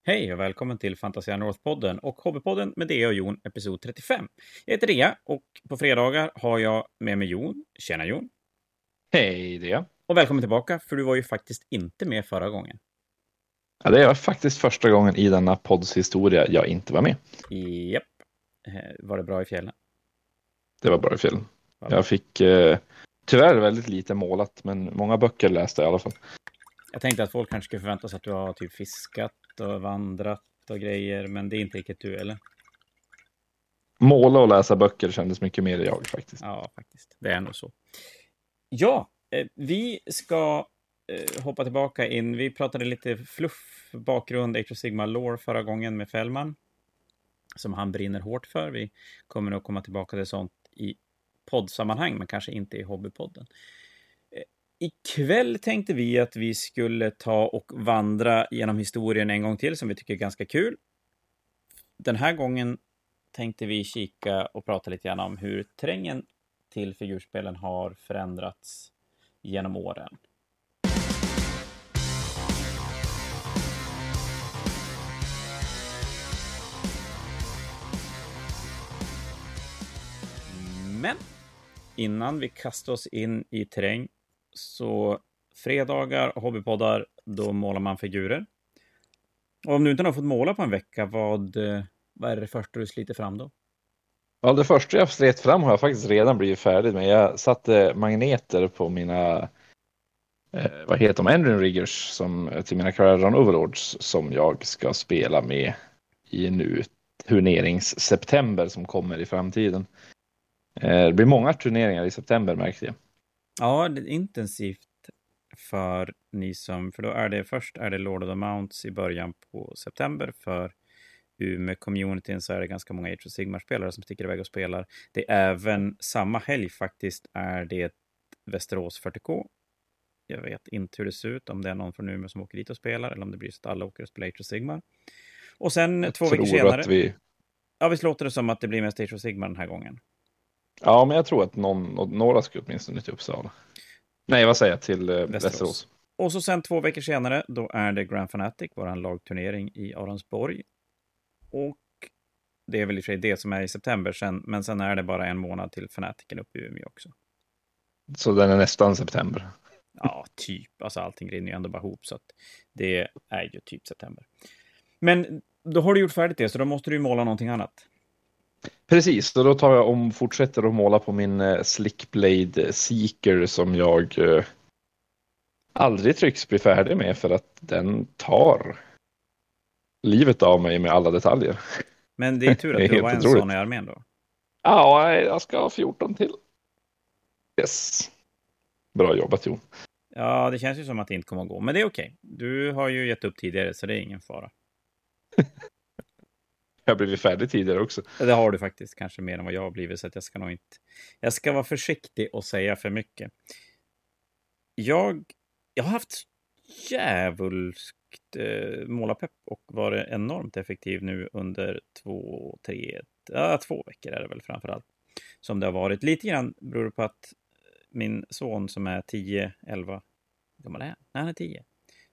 Hej och välkommen till Fantasia North-podden och Hobbypodden med Dea och Jon, episod 35. Jag heter Dea och på fredagar har jag med mig Jon. Tjena Jon. Hej Dea. Och välkommen tillbaka, för du var ju faktiskt inte med förra gången. Ja, det var faktiskt första gången i denna podds historia jag inte var med. Japp. Var det bra i fjällen? Det var bra i fjällen. Jag fick tyvärr väldigt lite målat, men många böcker läste jag i alla fall. Jag tänkte att folk kanske skulle förvänta sig att du har typ fiskat och vandrat och grejer, men det är inte riktigt du, eller? Måla och läsa böcker kändes mycket mer jag faktiskt. Ja, faktiskt. Det är nog så. Ja, vi ska hoppa tillbaka in. Vi pratade lite fluff, bakgrund, Age of Sigmar lore förra gången med Fällman, som han brinner hårt för. Vi kommer nog komma tillbaka till sånt i poddsammanhang, men kanske inte i hobbypodden. Ikväll tänkte vi att vi skulle ta och vandra genom historien en gång till, som vi tycker är ganska kul. Den här gången tänkte vi kika och prata lite grann om hur terrängen till figurspelen har förändrats genom åren. Men innan vi kastar oss in i terräng, så fredagar och hobbypoddar, då målar man figurer. Och om du inte har fått måla på en vecka, vad är det första du sliter fram då? Ja, det första jag slet fram har jag faktiskt redan blivit färdig med. Jag satte magneter på mina vad heter de? Engine Riggers till mina Caradron Overlords som jag ska spela med i nu turnerings-september som kommer i framtiden. Det blir många turneringar i september, märkte jag. Ja, det är intensivt för ni som... För då är det först Lord of the Mounts i början på september. För med communityn så är det ganska många Age of Sigmar-spelare som sticker iväg och spelar. Det är även samma helg faktiskt är det Västerås 40K. Jag vet inte hur det ser ut, om det är någon från Umeå som åker dit och spelar, eller om det blir så att alla åker och spelar Age of Sigmar. Och sen 2 veckor senare... Ja, visst låter det som att det blir mest Age of Sigmar den här gången. Ja, men jag tror att några ska åtminstone till Uppsala. Nej, vad säger jag? Till Västerås. Och så sen 2 veckor senare, då är det Grand Fanatic, våran lagturnering i Aronsborg. Och det är väl i och för sig det som är i september sen, men sen är det bara en månad till Fanaticen uppe i Umeå också. Så den är nästan september? Ja, typ. Alltså allting rinner ju ändå bara ihop, så att det är ju typ september. Men då har du gjort färdigt det, så då måste du ju måla någonting annat. Precis, så då tar jag fortsätter att måla på min Slickblade Seeker som jag aldrig tycks bli färdig med för att den tar livet av mig med alla detaljer. Men det är tur att du var en sån i armén då. Ja, jag ska ha 14 till. Yes. Bra jobbat, Jon. Ja, det känns ju som att det inte kommer att gå, men det är okej. Du har ju gett upp tidigare, så det är ingen fara. Jag har blivit färdig tidigare också. Det har du faktiskt, kanske mer än vad jag har blivit, så att jag ska nog inte... Jag ska vara försiktig och säga för mycket. Jag har haft djävulskt målarpepp och varit enormt effektiv nu under 2 veckor är det väl framförallt. Som det har varit. Lite grann beror på att min son som är 10, 11, gammal är han? Nej, han är 10.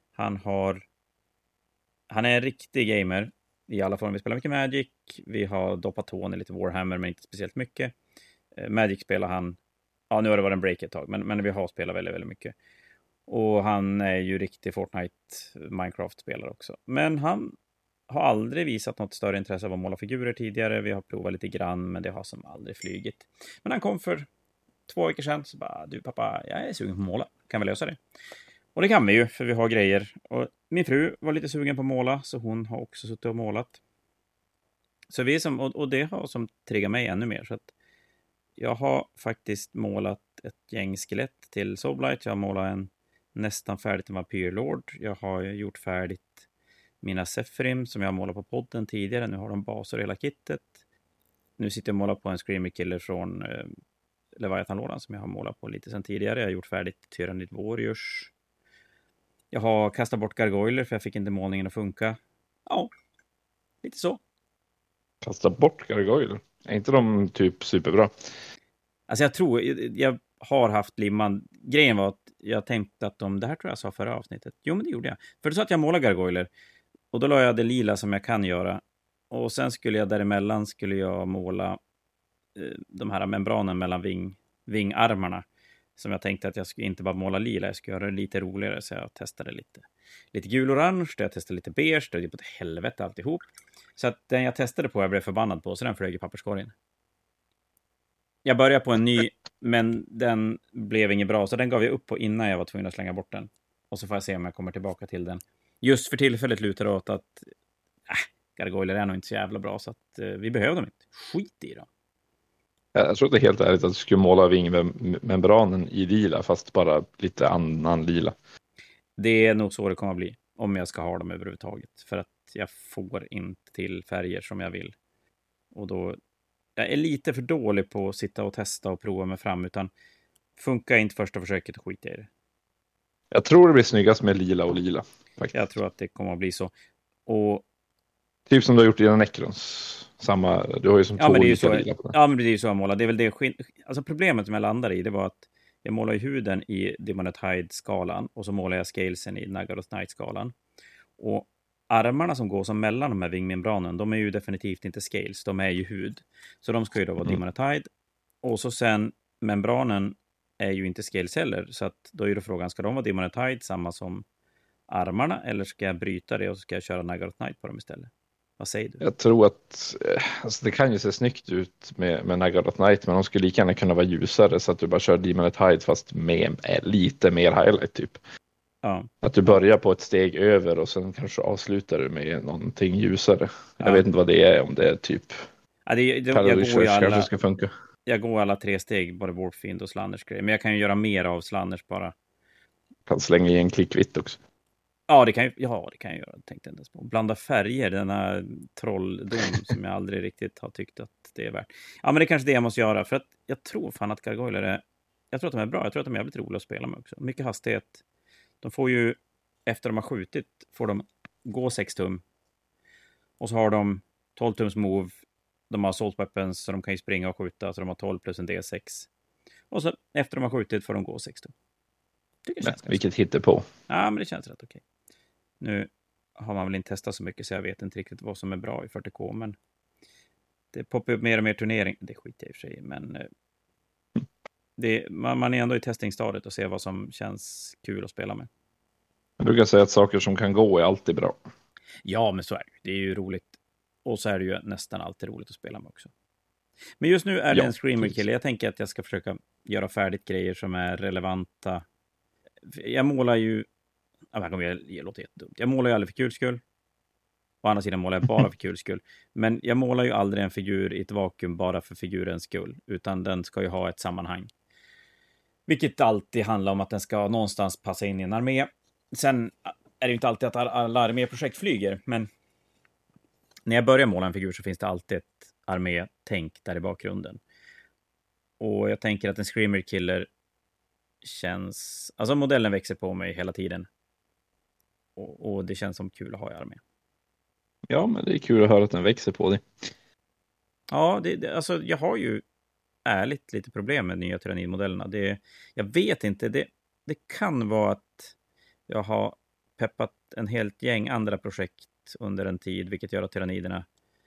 Han är en riktig gamer. I alla fall, vi spelar mycket Magic. Vi har doppat tån i lite Warhammer, men inte speciellt mycket. Magic spelar han... Ja, nu har det varit en break ett tag, men vi har spelat väldigt, väldigt mycket. Och han är ju riktig Fortnite Minecraft-spelare också. Men han har aldrig visat något större intresse av att måla figurer tidigare. Vi har provat lite grann, men det har som aldrig flygit. Men han kom för 2 veckor sedan, så bara, du pappa, jag är sugen på att måla. Kan vi lösa det? Och det kan vi ju, för vi har grejer. Och min fru var lite sugen på att måla, så hon har också suttit och målat. Så vi som, och det har som triggat mig ännu mer. Så att jag har faktiskt målat ett gäng skelett till Soulblight. Jag har målat en nästan färdigt en vampyrlord. Jag har gjort färdigt mina Sephirim som jag målat på podden tidigare. Nu har de baser och hela kittet. Nu sitter jag och målar på en Screamer Killer från Leviathan-lådan som jag har målat på lite sedan tidigare. Jag har gjort färdigt Tyrannid Warriors. Jag har kastat bort gargoyler för jag fick inte målningen att funka. Ja, lite så. Kasta bort gargoyler? Är inte de typ superbra? Alltså jag har haft limman. Grejen var att jag tänkte att det här tror jag sa förra avsnittet. Jo, men det gjorde jag. För det så att jag målar gargoyler. Och då la jag det lila som jag kan göra. Och sen skulle jag däremellan måla de här membranen mellan vingarmarna. Som jag tänkte att jag skulle inte bara måla lila, jag skulle göra det lite roligare. Så jag testade lite gul-orange, jag testade lite beige, det är på ett helvete alltihop. Så att den jag testade på, jag blev förbannad på, så den flög i papperskorgen. Jag började på en ny, men den blev inget bra, så den gav jag upp på innan jag var tvungen att slänga bort den. Och så får jag se om jag kommer tillbaka till den. Just för tillfället lutar det åt att gargoyler är nog inte så jävla bra, så att vi behöver dem inte. Skit i dem. Jag tror att det är helt ärligt att du skulle måla vingmembranen i lila, fast bara lite annan lila. Det är nog så det kommer att bli, om jag ska ha dem överhuvudtaget. För att jag får inte till färger som jag vill. Och då, jag är lite för dålig på att sitta och testa och prova mig fram, utan funkar inte första försöket och skita i det. Jag tror det blir snyggast med lila och lila. Faktiskt. Jag tror att det kommer att bli så. Och typ som du har gjort i dina Necrons. Du har ju som två olika lila på den. Ja, men det är ju så jag målar. Det är väl det alltså problemet som jag landade i, det var att jag målar ju huden i Demonetide-skalan och så målar jag scalesen i Nagaroth Knight-skalan. Och armarna som går som mellan de här vingmembranen, de är ju definitivt inte scales, de är ju hud. Så de ska ju då vara Demonetide. Och så sen, membranen är ju inte scales heller, så att då är ju frågan, ska de vara Demonetide samma som armarna, eller ska jag bryta det och så ska jag köra Nagaroth Knight på dem istället? Vad säger du? Jag tror att alltså det kan ju se snyggt ut med Nagaroth Knight, men de skulle lika gärna kunna vara ljusare så att du bara kör Demonetide fast med lite mer highlight typ. Ja. Att du börjar på ett steg över och sen kanske avslutar du med någonting ljusare. Ja. Jag vet inte vad det är, om det är typ jag ska funka. Jag går alla 3 steg, både Warfiend och Slanners grejer. Men jag kan ju göra mer av Slanners bara. Kan slänga i en klickvitt också. Ja, det kan jag göra. Tänkte inte ens på. Blanda färger, denna trolldom som jag aldrig riktigt har tyckt att det är värt. Ja, men det är kanske det jag måste göra. För att jag tror fan att gargoyler är... Jag tror att de är bra. Jag tror att de är jävligt roliga att spela med också. Mycket hastighet. De får ju, efter de har skjutit, får de gå 6 tum. Och så har de 12 tums move. De har assault weapons, så de kan ju springa och skjuta. Så de har 12 plus en D6. Och så efter de har skjutit får de gå 6 tum. Vilket hittar på. Ja, men det känns rätt okej. Nu har man väl inte testat så mycket, så jag vet inte riktigt vad som är bra i 40K, men det poppar upp mer och mer turnering. Det skiter jag i och för sig, men man är ändå i testingstadiet och ser vad som känns kul att spela med. Jag brukar säga att saker som kan gå är alltid bra. Ja, men så är det. Det är ju roligt. Och så är det ju nästan alltid roligt att spela med också. Men just nu är det en Screamer-kille. Jag tänker att jag ska försöka göra färdigt grejer som är relevanta. Jag målar ju... Det låter jättedumt. Jag målar ju aldrig för kul skull. Å andra sidan målar jag bara för kul skull. Men jag målar ju aldrig en figur i ett vakuum bara för figurens skull. Utan den ska ju ha ett sammanhang. Vilket alltid handlar om att den ska någonstans passa in i en armé. Sen är det ju inte alltid att alla arméprojekt flyger. Men när jag börjar måla en figur så finns det alltid ett armé-tänk där i bakgrunden. Och jag tänker att en Screamer Killer känns... Alltså modellen växer på mig hela tiden. Och det känns som kul att ha i armé. Ja, men det är kul att höra att den växer på dig. Ja, alltså jag har ju ärligt lite problem med nya tyrannidmodellerna. Jag vet inte, det kan vara att jag har peppat en helt gäng andra projekt under en tid, vilket gör att tyranniderna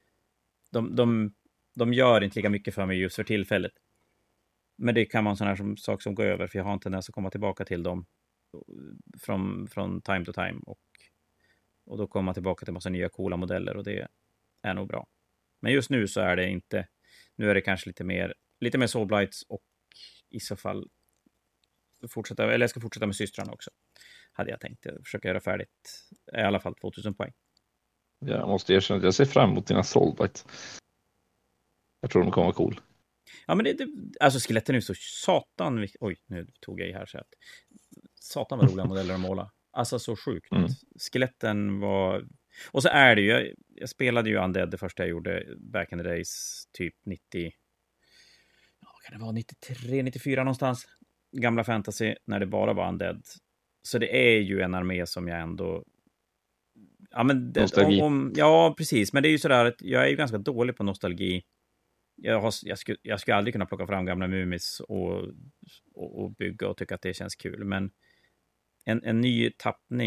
de gör inte lika mycket för mig just för tillfället. Men det kan vara en sån här sak som går över, för jag har en tendens att komma tillbaka till dem från time to time, och då kommer man tillbaka till en massa nya coola modeller, och det är nog bra. Men just nu så är det inte, nu är det kanske lite mer Soul Blights, och i så fall jag ska fortsätta med systrarna också. Hade jag tänkt försöka göra färdigt i alla fall 2000 poäng. Jag måste erkänna att jag ser fram emot dina Soul Blights. Jag tror de kommer vara cool. Ja, men alltså skeletten är så satan... Oj, nu tog jag i här så att... Satan vad roliga modeller att måla. Alltså så sjukt. Skeletten var... Och så är det ju... Jag spelade ju Undead det första jag gjorde back in the days. Typ 90... Ja, kan det vara 93, 94 någonstans? Gamla fantasy, när det bara var Undead. Så det är ju en armé som jag ändå... Ja, men ja, precis. Men det är ju sådär att jag är ju ganska dålig på nostalgi. Jag skulle aldrig kunna plocka fram gamla Mumis och bygga och tycka att det känns kul. Men en ny tappning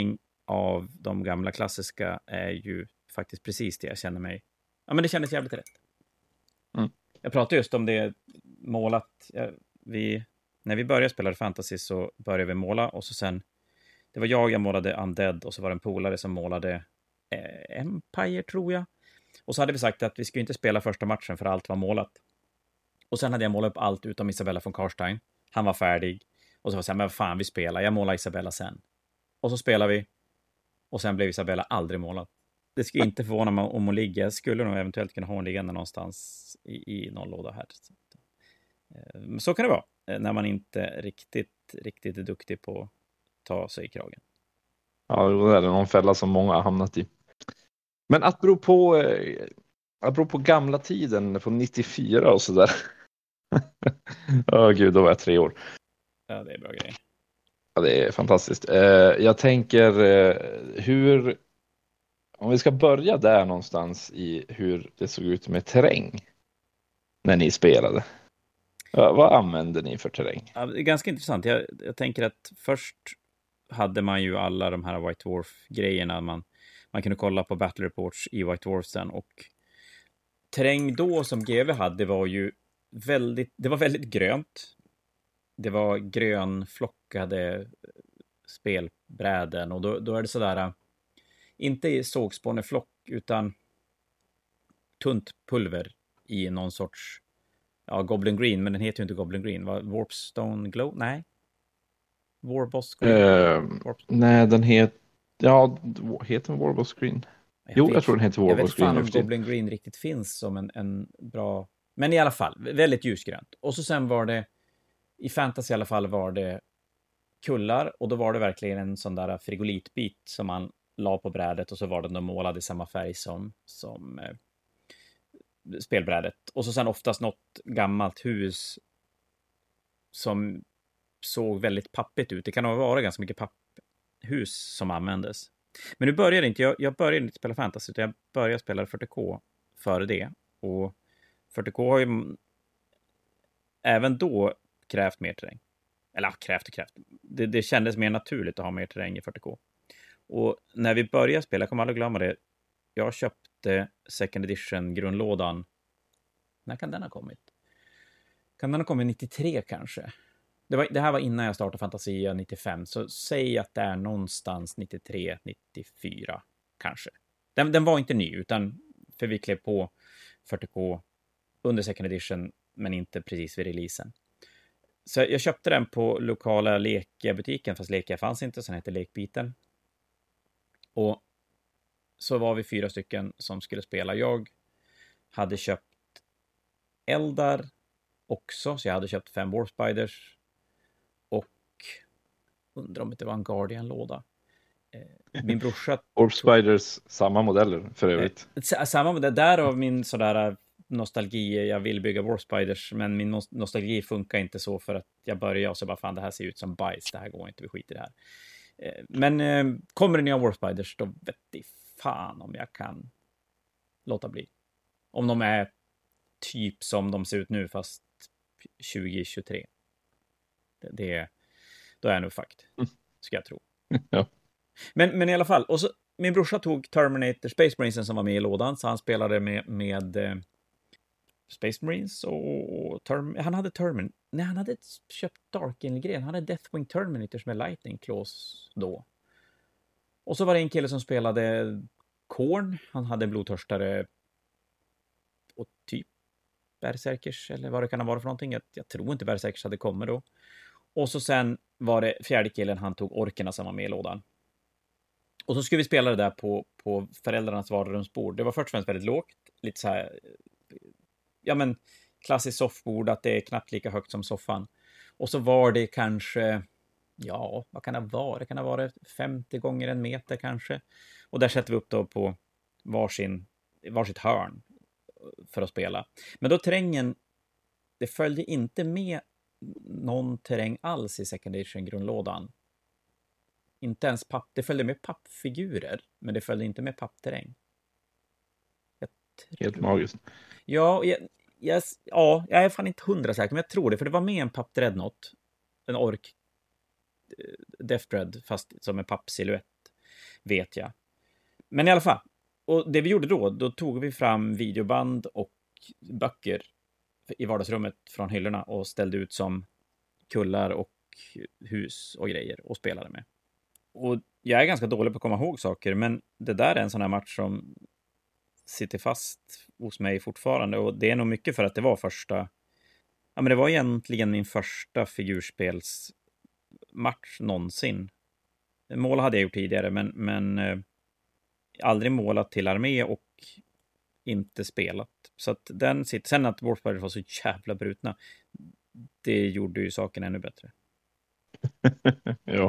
av de gamla klassiska är ju faktiskt precis det jag känner mig. Ja, men det kändes jävligt rätt. Mm. Jag pratade just om det målat. När vi började spela fantasy så började vi måla och så sen det var jag målade Undead och så var det en polare som målade Empire tror jag. Och så hade vi sagt att vi skulle inte spela första matchen för allt var målat. Och sen hade jag målat upp allt utom Isabella von Karstein. Han var färdig. Och så var det så här, men fan vi spelar. Jag målar Isabella sen. Och så spelar vi. Och sen blev Isabella aldrig målad. Det skulle inte förvåna mig om hon ligger. Jag skulle nog eventuellt kunna ha hon liggande någonstans i någon låda här. Så kan det vara. När man inte riktigt är duktig på att ta sig i kragen. Ja, det är någon fälla som många har hamnat i. Men att bero på gamla tiden på 94 och sådär. Gud, då var jag 3 år. Ja, det är bra grej. Ja, det är fantastiskt. Jag tänker om vi ska börja där någonstans i hur det såg ut med terräng när ni spelade. Vad använde ni för terräng? Ja, det är ganska intressant. Jag tänker att först hade man ju alla de här White Dwarf-grejerna. Man kunde kolla på Battle Reports i White Dwarf sen. Och terräng då som GW hade var ju väldigt grönt. Det var grönflockade spelbräden. Och då är det sådär, inte sågspåneflock utan tunt pulver i någon sorts, Goblin Green, men den heter ju inte Goblin Green. Warpstone Glow? Nej. Warboss Green? Nej, den heter den Warboss Green? Jag tror den heter Warboss Green. Jag vet inte om Goblin Green riktigt finns som en bra... Men i alla fall, väldigt ljusgrönt. Och så sen var det, i fantasy i alla fall, var det kullar. Och då var det verkligen en sån där frigolitbit som man la på brädet. Och så var den målad i samma färg som spelbrädet. Och så sen oftast något gammalt hus som såg väldigt pappigt ut. Det kan ha varit ganska mycket papphus som användes. Men nu började jag började inte spela fantasy, utan jag började spela 40K före det. Och 40K har ju även då krävt mer terräng. Eller krävt. Det kändes mer naturligt att ha mer terräng i 40K. Och när vi började spela, jag kommer aldrig glömma det, jag köpte second edition grundlådan. När kan den ha kommit? Kan den ha kommit 93 kanske? Det här var innan jag startade Fantasia 95, så säg att det är någonstans 93, 94 kanske. Den var inte ny, utan för vi klev på 40K under second edition, men inte precis vid releasen. Så jag köpte den på lokala lekbutiken, fast Lekia fanns inte, så den hette Lekbiten. Och så var vi 4 stycken som skulle spela. Jag hade köpt Eldar också, så jag hade köpt 5 Warspiders. Och undrar om det var en Guardian-låda. Min brorsa... Warspiders, samma modeller för övrigt. Samma modell, därav min sådär nostalgi. Jag vill bygga Warspiders, men min nostalgi funkar inte så, för att jag börjar och så bara, fan det här ser ut som bajs, det här går inte, vi skiter i det här. Men kommer det nya Warspiders, då vet jag fan om jag kan låta bli. Om de är typ som de ser ut nu, fast 2023. Då är jag nog fakt. Ska jag tro. Ja. Men i alla fall. Och så, min brorsa tog Terminator Space Marinesen som var med i lådan. Så han spelade med Space Marines och han hade han hade köpt Dark Angel-grejen. Han hade Deathwing Terminators med Lightning Claws då. Och så var det en kille som spelade Korn. Han hade blodtörstare och typ Berserkers, eller vad det kan ha varit för någonting. Jag tror inte Berserkers hade kommit då. Och så sen var det fjärde killen, han tog orkerna som var med i lådan. Och så skulle vi spela det där på föräldrarnas vardagsrumsbord. Det var först och främst väldigt lågt. Lite så här, ja men, klassiskt soffbord, att det är knappt lika högt som soffan. Och så var det kanske, ja, vad kan det vara? Det kan ha varit 50 gånger en meter kanske. Och där sätter vi upp då på varsitt hörn för att spela. Men då terrängen, det följde inte med någon terräng alls i second edition grundlådan. Inte ens det följde med pappfigurer, men det följde inte med pappterräng. Helt magiskt. Ja, jag är fan inte 100 säker, men jag tror det, för det var med en pappdreadnought, en ork Death Dread, fast som en pappsiluett. vet jag. Men i alla fall, och det vi gjorde då tog vi fram videoband och böcker i vardagsrummet från hyllorna och ställde ut som kullar och hus och grejer och spelade med. Och jag är ganska dålig på att komma ihåg saker, men det där är en sån här match som sitter fast hos mig fortfarande, och det är nog mycket för att det var men det var egentligen min första figurspelsmatch någonsin. Mål hade jag gjort tidigare, men aldrig målat till armé och inte spelat. Så att den sitter. Sen att Warspiders var så jävla brutna, det gjorde ju saken ännu bättre. Ja.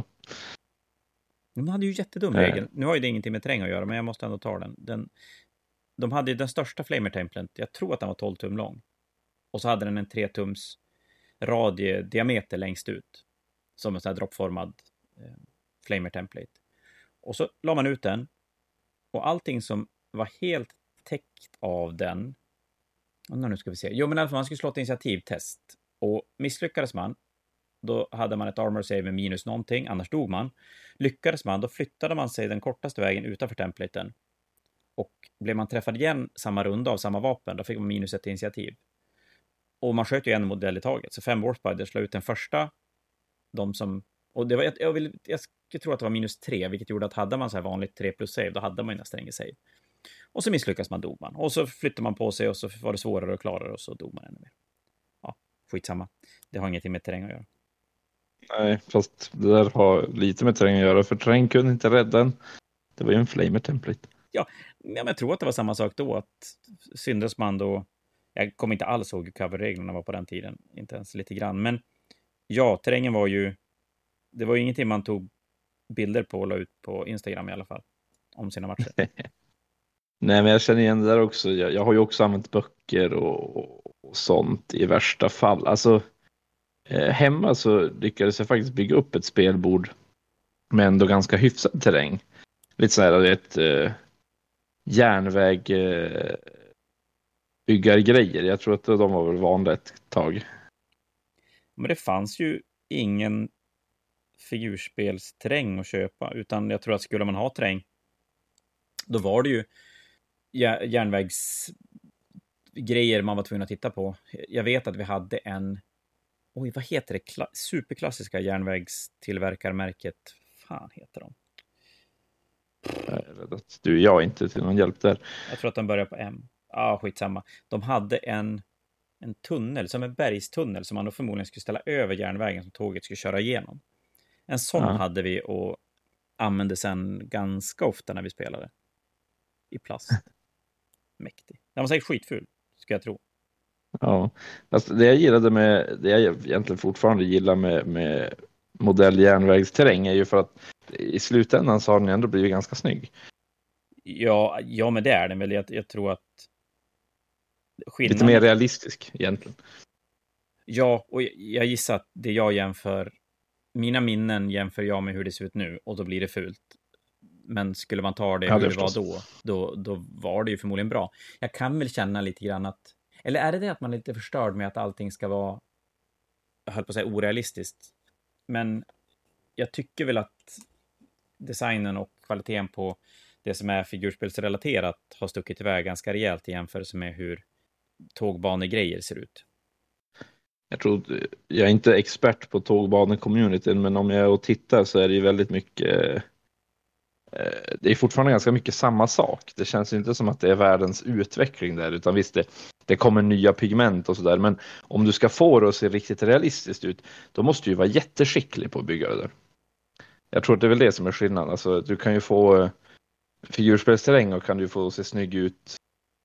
De hade ju jättedum regel. Nu har ju det ingenting med terräng att göra, men jag måste ändå ta den. De hade ju den största flamer-templen. Jag tror att den var 12 tum lång. Och så hade den en 3 tums diameter längst ut. Som en sån här droppformad flamer-template. Och så la man ut den. Och allting som var helt täckt av den. Och nu ska vi se. Jo, men i alla fall man skulle slå ett initiativtest. Och misslyckades man, då hade man ett armor save med minus någonting, annars dog man. Lyckades man, då flyttade man sig den kortaste vägen utanför templaten. Och blev man träffad igen samma runda av samma vapen, då fick man minus ett initiativ. Och man sköt ju en modell i taget. Så 5 Warspiders slog ut den första. De som... Och det var, jag skulle tro att det var minus 3, vilket gjorde att hade man så här vanligt 3 plus save, då hade man ju nästan ingen save. Och så misslyckas man, dog man. Och så flyttade man på sig och så var det svårare att klara det och så dog man ännu mer. Ja, skitsamma. Det har ingenting med terräng att göra. Nej, fast det där har lite med terräng att göra, för terräng kunde inte rädda den. Det var ju en flamer template. Ja, men jag tror att det var samma sak då, att syndes man då... Jag kommer inte alls ihåg hur coverreglerna var på den tiden, inte ens lite grann. Men ja, terrängen var ju... Det var ju ingenting man tog bilder på och la ut på Instagram i alla fall, om sina matcher. Nej, men jag känner igen det där också. Jag har ju också använt böcker och sånt i värsta fall. Alltså, hemma så lyckades jag faktiskt bygga upp ett spelbord med ändå ganska hyfsad terräng. Lite så här, järnväg byggargrejer. Jag tror att de var väl vanliga ett tag. Men det fanns ju ingen figurspelsterräng att köpa, utan jag tror att skulle man ha terräng, då var det ju järnvägsgrejer man var tvungen att titta på. Jag vet att vi hade vad heter det? Superklassiska järnvägstillverkarmärket. Fan heter de? Jag är inte till någon hjälp där. Jag tror att de börjar på M. Skitsamma. De hade en tunnel, som en bergstunnel, som man då förmodligen skulle ställa över järnvägen som tåget skulle köra igenom. En sån hade vi och använde sen ganska ofta när vi spelade. I plast. Mäktig. Den var säkert skitful, ska jag tro. Ja, alltså det jag egentligen fortfarande gillar med modell järnvägsterräng är ju för att i slutändan så har den ändå blivit ganska snygg. Ja, men det är den väl. Jag tror att lite mer realistisk egentligen. Ja, och jag gissar att det jag jämför, mina minnen jämför jag med hur det ser ut nu, och då blir det fult. Men skulle man ta det hur det var då var det ju förmodligen bra. Jag kan väl känna lite grann att, eller är det att man är lite förstörd med att allting ska vara, jag höll på att säga orealistiskt. Men jag tycker väl att designen och kvaliteten på det som är figurspelsrelaterat har stuckit iväg ganska rejält i jämförelse med hur tågbanegrejer ser ut. Jag är inte expert på tågbanecommunityn, men om jag är och tittar så är det ju väldigt mycket, det är fortfarande ganska mycket samma sak. Det känns inte som att det är världens utveckling där, utan visst det kommer nya pigment och sådär, men om du ska få det att se riktigt realistiskt ut, då måste du ju vara jätteskicklig på att bygga det där. Jag tror att det är väl det som är skillnaden. Alltså, du kan ju få figurspelsterräng och kan du få se snygg ut.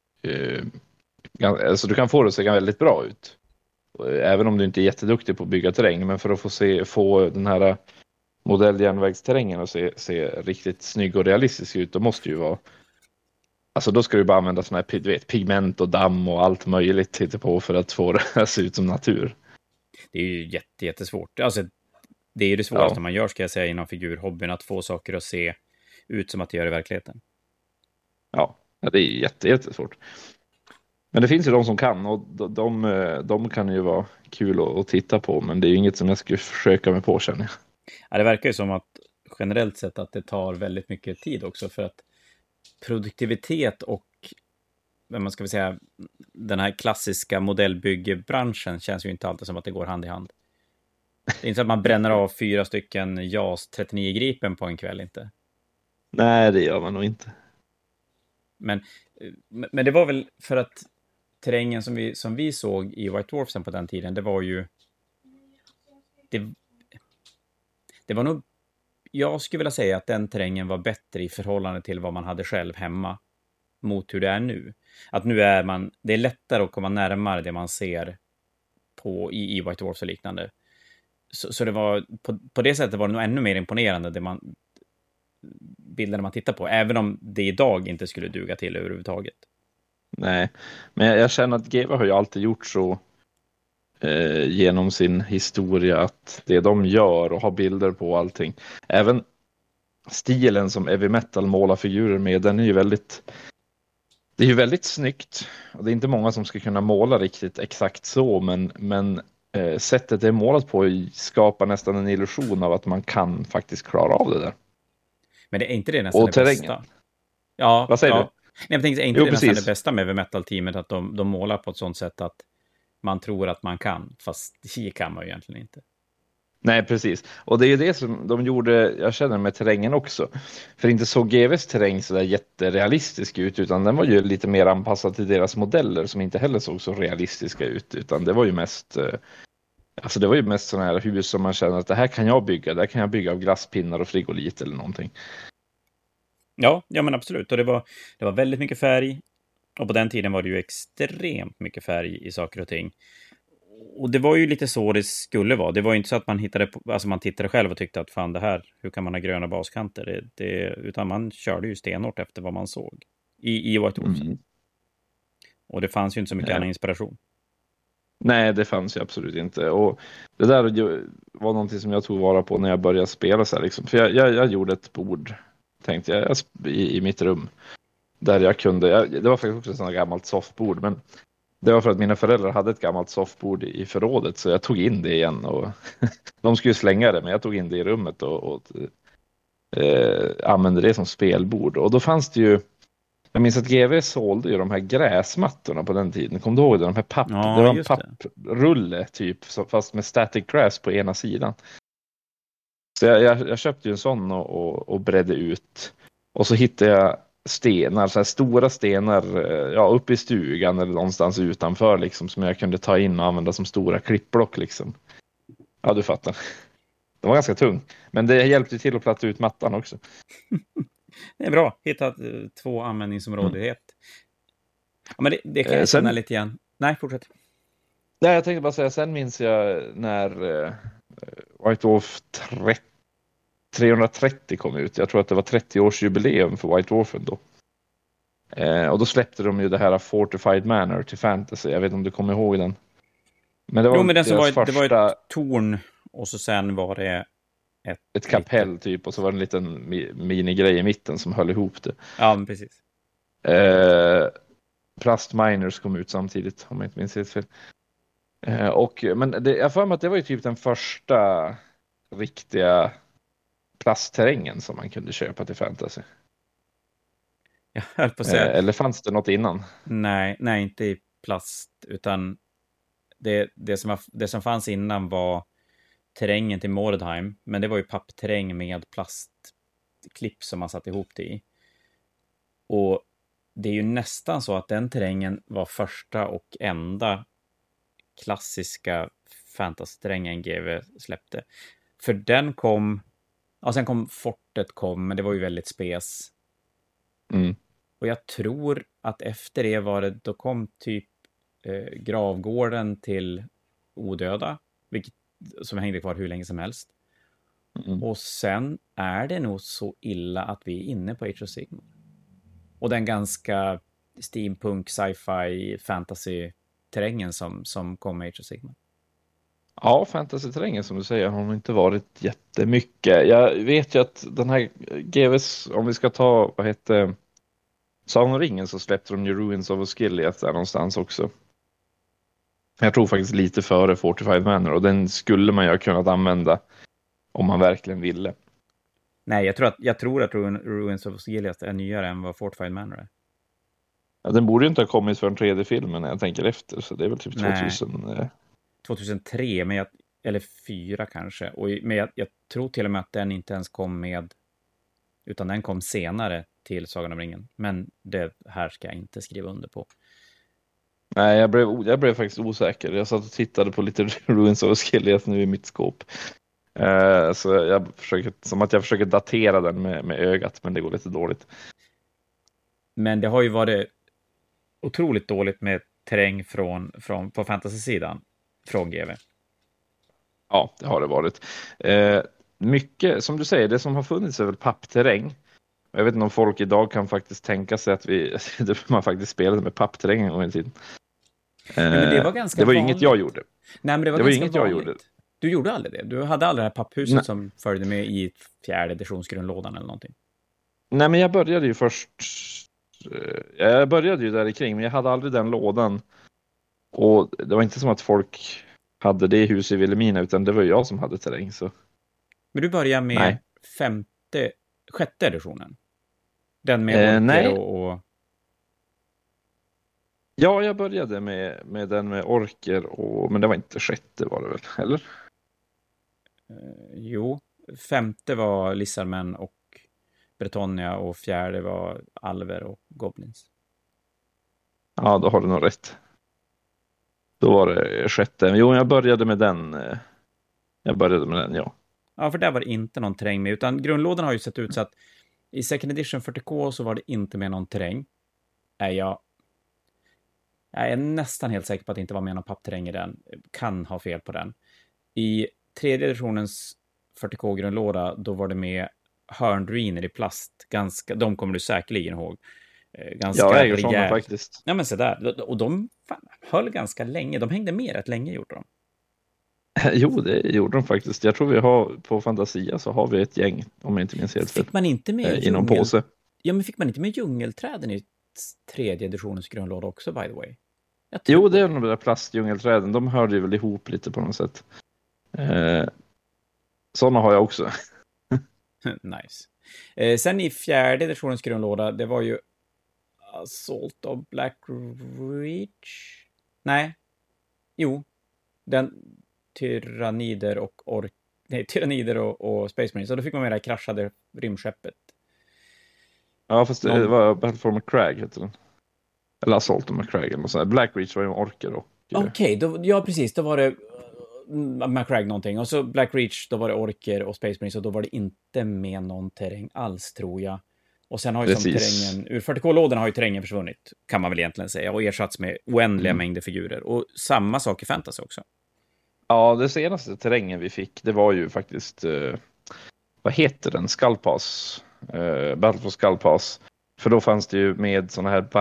Alltså, du kan få det att se väldigt bra ut. Även om du inte är jätteduktig på att bygga terräng. Men för att få den här modelljärnvägsterrängen att se riktigt snygg och realistisk ut, då måste ju vara... Alltså då ska du bara använda såna här pigment och damm och allt möjligt på för att få det att se ut som natur. Det är ju jättesvårt. Alltså, det är ju det svåraste man gör, ska jag säga, inom figurhobbyn, att få saker att se ut som att det gör i verkligheten. Ja, det är jättesvårt. Men det finns ju de som kan, och de kan ju vara kul att titta på, men det är ju inget som jag skulle försöka mig på, känner jag. Ja, det verkar ju som att generellt sett att det tar väldigt mycket tid också, för att produktivitet och vad man ska säga, den här klassiska modellbyggebranschen känns ju inte alltid som att det går hand i hand. Det är inte så att man bränner av 4 stycken JAS 39 Gripen på en kväll, inte. Nej, det gör man nog inte. Men det var väl för att terrängen som vi såg i White Dwarfsen på den tiden, det var ju det var nog, jag skulle vilja säga att den terrängen var bättre i förhållande till vad man hade själv hemma mot hur det är nu. Att nu det är lättare att komma närmare det man ser i White Dwarfs och liknande. Så det var, på det sättet var det nog ännu mer imponerande bilderna man tittar på, även om det idag inte skulle duga till överhuvudtaget. Nej, men jag känner att GW har ju alltid gjort så genom sin historia, att det de gör och har bilder på allting. Även stilen som Heavy Metal målar figurer med, den är ju det är ju väldigt snyggt. Och det är inte många som ska kunna måla riktigt exakt så, men sättet det är målat på skapar nästan en illusion av att man kan faktiskt klara av det där. Men det är inte det nästan och det terrängen. bästa? Ja, vad säger du? Nej, jag tänkte, är inte det nästan det bästa med Heavy Metal-teamet, att de målar på ett sånt sätt att man tror att man kan, fast det kan man ju egentligen inte. Nej, precis. Och det är ju det som de gjorde, jag känner, med terrängen också. För inte så GWs terräng så där jätterealistisk ut, utan den var ju lite mer anpassad till deras modeller som inte heller såg så realistiska ut, utan det var ju mest sådana här hus som man känner att det här kan jag bygga, det här kan jag bygga av glasspinnar och frigolit eller någonting. Ja, men absolut. Och det var väldigt mycket färg. Och på den tiden var det ju extremt mycket färg i saker och ting. Och det var ju lite så det skulle vara. Det var ju inte så att man tittade själv och tyckte att fan, det här, hur kan man ha gröna baskanter? Utan man körde ju stenhårt efter vad man såg i White Wolf. Och det fanns ju inte så mycket annan inspiration. Nej, det fanns ju absolut inte. Och det där var någonting som jag tog vara på när jag började spela så här, liksom. För jag gjorde ett bord, tänkte jag, i mitt rum. Där jag kunde, det var faktiskt också ett sådant gammalt soffbord, men det var för att mina föräldrar hade ett gammalt soffbord i förrådet, så jag tog in det igen. Och de skulle slänga det, men jag tog in det i rummet och använde det som spelbord. Och då fanns det ju, jag minns att GW sålde ju de här gräsmattorna på den tiden. Kom du ihåg det? De här det var en papprulle typ, fast med static grass på ena sidan. Så jag köpte ju en sån och bredde ut. Och så hittade jag stenar, så här stora stenar, uppe i stugan eller någonstans utanför liksom, som jag kunde ta in och använda som stora klippblock liksom. Ja, du fattar. De var ganska tung, men det hjälpte till att platta ut mattan också. Det är bra, hittat 2 användningsområden. Ja, men det kan jag känna lite grann. Nej, fortsätt. Nej, jag tänkte bara säga, sen minns jag när White Dwarf 330 kom ut. Jag tror att det var 30-årsjubileum för White Dwarfen då. Och då släppte de ju det här Fortified Manor till Fantasy. Jag vet inte om du kommer ihåg den. Men det var det var ett torn, och så sen var det ett kapell typ, och så var det en liten minigrej i mitten som höll ihop det. Ja, men precis. Plast Miners kom ut samtidigt, om jag inte minns helt fel. Men jag får med att det var ju typ den första riktiga plastterrängen som man kunde köpa till Fantasy. Jag höll på att säga. Eller fanns det något innan? Nej, inte i plast, utan det som fanns innan var terrängen till Mordheim, men det var ju pappterräng med plastklipp som man satte ihop det i. Och det är ju nästan så att den terrängen var första och enda klassiska fantasy-terrängen GW släppte. För den kom, sen kom Fortet men det var ju väldigt spes. Och jag tror att efter det då kom typ gravgården till Odöda, som hängde kvar hur länge som helst. Och sen är det nog så illa att vi är inne på Age of Sigmar. Och den ganska steampunk, sci-fi, fantasy-terrängen som kom med Age of Sigmar. Ja, fantasy-terrängen som du säger har nog inte varit jättemycket. Jag vet ju att den här GWs, om vi ska ta, Sagan om ringen, så släppte de ju Ruins of Osgiliath där någonstans också. Jag tror faktiskt lite före Fortified Manor, och den skulle man ju ha kunnat använda om man verkligen ville. Nej, jag tror att Ruins of Osgiliath är nyare än vad Fortified Manor är. Ja, den borde ju inte ha kommit för en 3D-filmen när jag tänker efter, så det är väl typ Nej. 2000. 2003, eller 4 kanske. Men jag tror till och med att den inte ens kom med, utan den kom senare till Sagan om ringen. Men det här ska jag inte skriva under på. Nej, jag blev faktiskt osäker. Jag satt och tittade på lite Ruins of Osgiliath nu i mitt skåp. Så jag försöker datera den med ögat, men det går lite dåligt. Men det har ju varit otroligt dåligt med terräng på fantasy-sidan från GW. Ja, det har det varit. Mycket, som du säger, det som har funnits är väl pappterräng. Jag vet inte om folk idag kan faktiskt tänka sig att man faktiskt spelade med pappterräng en gång i tiden. Men det var ganska det var vanligt. inget jag gjorde. Nej, men det var ganska inget vanligt. Jag gjorde. Du gjorde aldrig det? Du hade aldrig det här papphuset som följde med i 4:e editionsgrundlådan eller någonting? Nej, men jag började ju först... Jag började ju där kring, men jag hade aldrig den lådan. Och det var inte som att folk hade det hus i Vilhelmina, utan det var jag som hade terräng. Så. Men du började med 6:e editionen? Den med orker och... Ja, jag började med den med orker, men det var inte 6:e var det väl, eller? Jo, 5:e var Lissarmän och Bretonia och 4:e var Alver och Goblins. Ja, då har du nog rätt. Då var det 6:e. Jo, jag började med den, ja. Ja, för där var det inte någon terräng med, utan grundlådan har ju sett ut så att i Second Edition 40K så var det inte med någon terräng. Jag är nästan helt säker på att det inte var med någon pappterräng i den. Kan ha fel på den. I 3:e editionens 40K-grundlåda, då var det med hörnruiner i plast. De kommer du säkerligen ihåg. Ganska jag äger sådana faktiskt. Ja, men så där. Och de höll ganska länge. De hängde med rätt länge, gjorde de. Jo, det gjorde de faktiskt. Jag tror vi har på Fantasia så har vi ett gäng, om jag inte minns helt fel. Fick man inte med inom påse? Ja, men fick man inte med djungelträden i 3:e editionens grundlåda också, by the way? Jo, det är de där plastdjungelträden. De hörde ju väl ihop lite på något sätt. Sådana har jag också. Nice. Sen i 4:e editionens grundlåda, det var ju Assault of Black Reach? Nej. Jo. Den Tyrannider och Space Marines. Så då fick man med det här kraschade rymdskeppet. Ja, fast det var Battle for McCrag heter den. Eller Assault of McCrag eller något sånt. Black Reach var ju orker och... Okej, ja precis. Då var det McCrag någonting. Och så Black Reach, då var det orker och Space Marines. Och då var det inte med någon terräng alls, tror jag. Och sen har ju som terrängen... Ur 40K-lådorna har ju terrängen försvunnit, kan man väl egentligen säga. Och ersatts med oändliga mängder figurer. Och samma sak i Fantasy också. Ja, det senaste terrängen vi fick, det var ju faktiskt... vad heter den? Skullpass. Battle for Skullpass. För då fanns det ju med såna här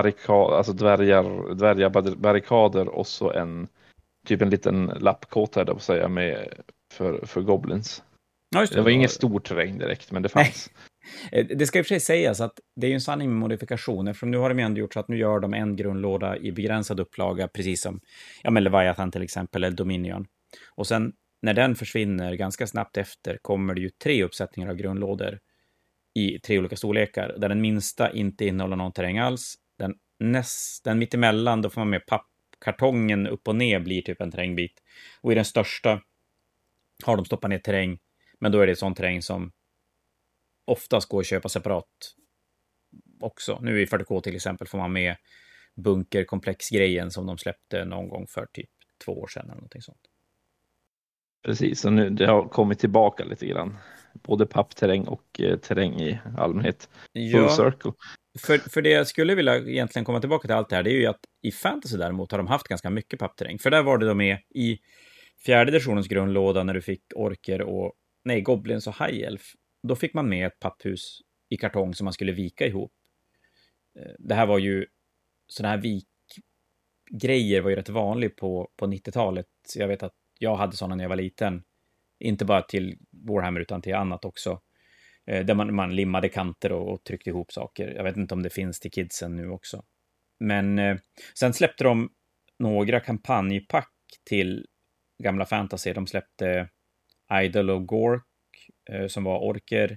dvärgarbarrikader och så en liten lappkåt här, på säga, med för goblins. Ja, det var ingen stor terräng direkt, men det fanns. Det ska i och för sig sägas att det är ju en sanning med modifikationer, för nu har de ändå gjort så att nu gör de en grundlåda i begränsad upplaga, precis som Leviathan till exempel, eller Dominion. Och sen när den försvinner ganska snabbt efter kommer det ju 3 uppsättningar av grundlådor i 3 olika storlekar, där den minsta inte innehåller någon terräng alls. Den mittemellan, då får man med pappkartongen upp och ner, blir typ en terrängbit. Och i den största har de stoppat ner terräng, men då är det sån terräng som oftast går att köpa separat också. Nu i 40K till exempel får man med bunkerkomplexgrejen som de släppte någon gång för typ 2 år sedan eller någonting sånt. Precis, och nu det har kommit tillbaka lite grann. Både pappterräng och terräng i allmänhet. Full circle. För det jag skulle vilja egentligen komma tillbaka till allt det här, det är ju att i Fantasy däremot har de haft ganska mycket pappterräng. För där var det då med i 4:e editionens grundlåda när du fick orker och goblins och high elf. Då fick man med ett papphus i kartong som man skulle vika ihop. Det här var ju sådana här vikgrejer var ju rätt vanligt på 90-talet. Så jag vet att jag hade sådana när jag var liten. Inte bara till Warhammer utan till annat också. Där man limmade kanter och tryckte ihop saker. Jag vet inte om det finns till kidsen nu också. Men sen släppte de några kampanjpack till gamla Fantasy. De släppte Idol of Gork som var orker.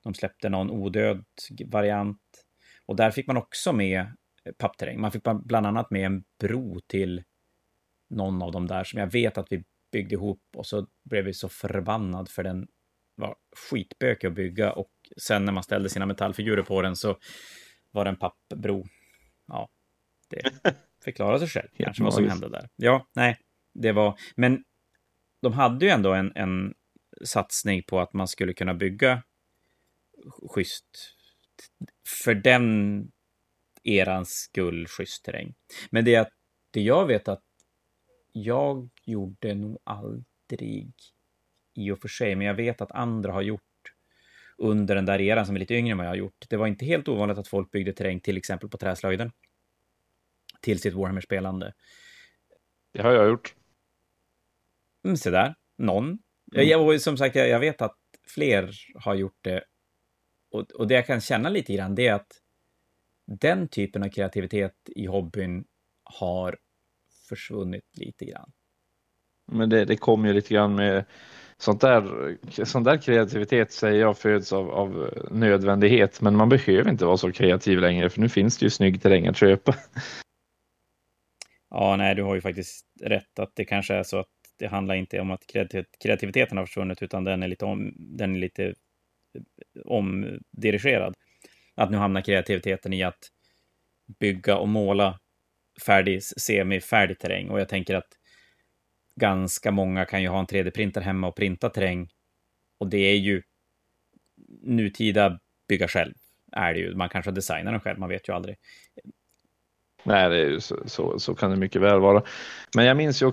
De släppte någon odöd variant. Och där fick man också med pappterräng. Man fick bland annat med en bro till någon av dem där som jag vet att vi byggde ihop, och så blev vi så förbannad för den var skitbökig att bygga, och sen när man ställde sina metallfigurer på den så var det en pappbro. Ja, det förklarar sig själv kanske vad som hände där. Ja, nej, det var... Men de hade ju ändå en satsning på att man skulle kunna bygga schysst för den erans skull, schysst terräng. Men det jag vet att jag gjorde nog aldrig i och för sig, men jag vet att andra har gjort under den där eran som är lite yngre än vad jag har gjort. Det var inte helt ovanligt att folk byggde terräng till exempel på träslöjden till sitt Warhammer-spelande. Det har jag gjort. Så där, någon. Och som sagt, jag vet att fler har gjort det. Och det jag kan känna lite grann, det är att den typen av kreativitet i hobbyn har försvunnit lite grann. Men det kommer ju lite grann med sån där kreativitet, säger jag, föds av nödvändighet. Men man behöver inte vara så kreativ längre, för nu finns det ju snygg terräng att köpa. Ja, nej, du har ju faktiskt rätt att det kanske är så att det handlar inte om att kreativiteten har försvunnit, utan den är lite omdirigerad. Att nu hamnar kreativiteten i att bygga och måla semifärdig terräng. Och jag tänker att ganska många kan ju ha en 3D-printer hemma och printa terräng. Och det är ju nutida bygga själv. Är det ju. Man kanske designar den själv, man vet ju aldrig. Nej, det är ju så kan det mycket väl vara. Men jag minns ju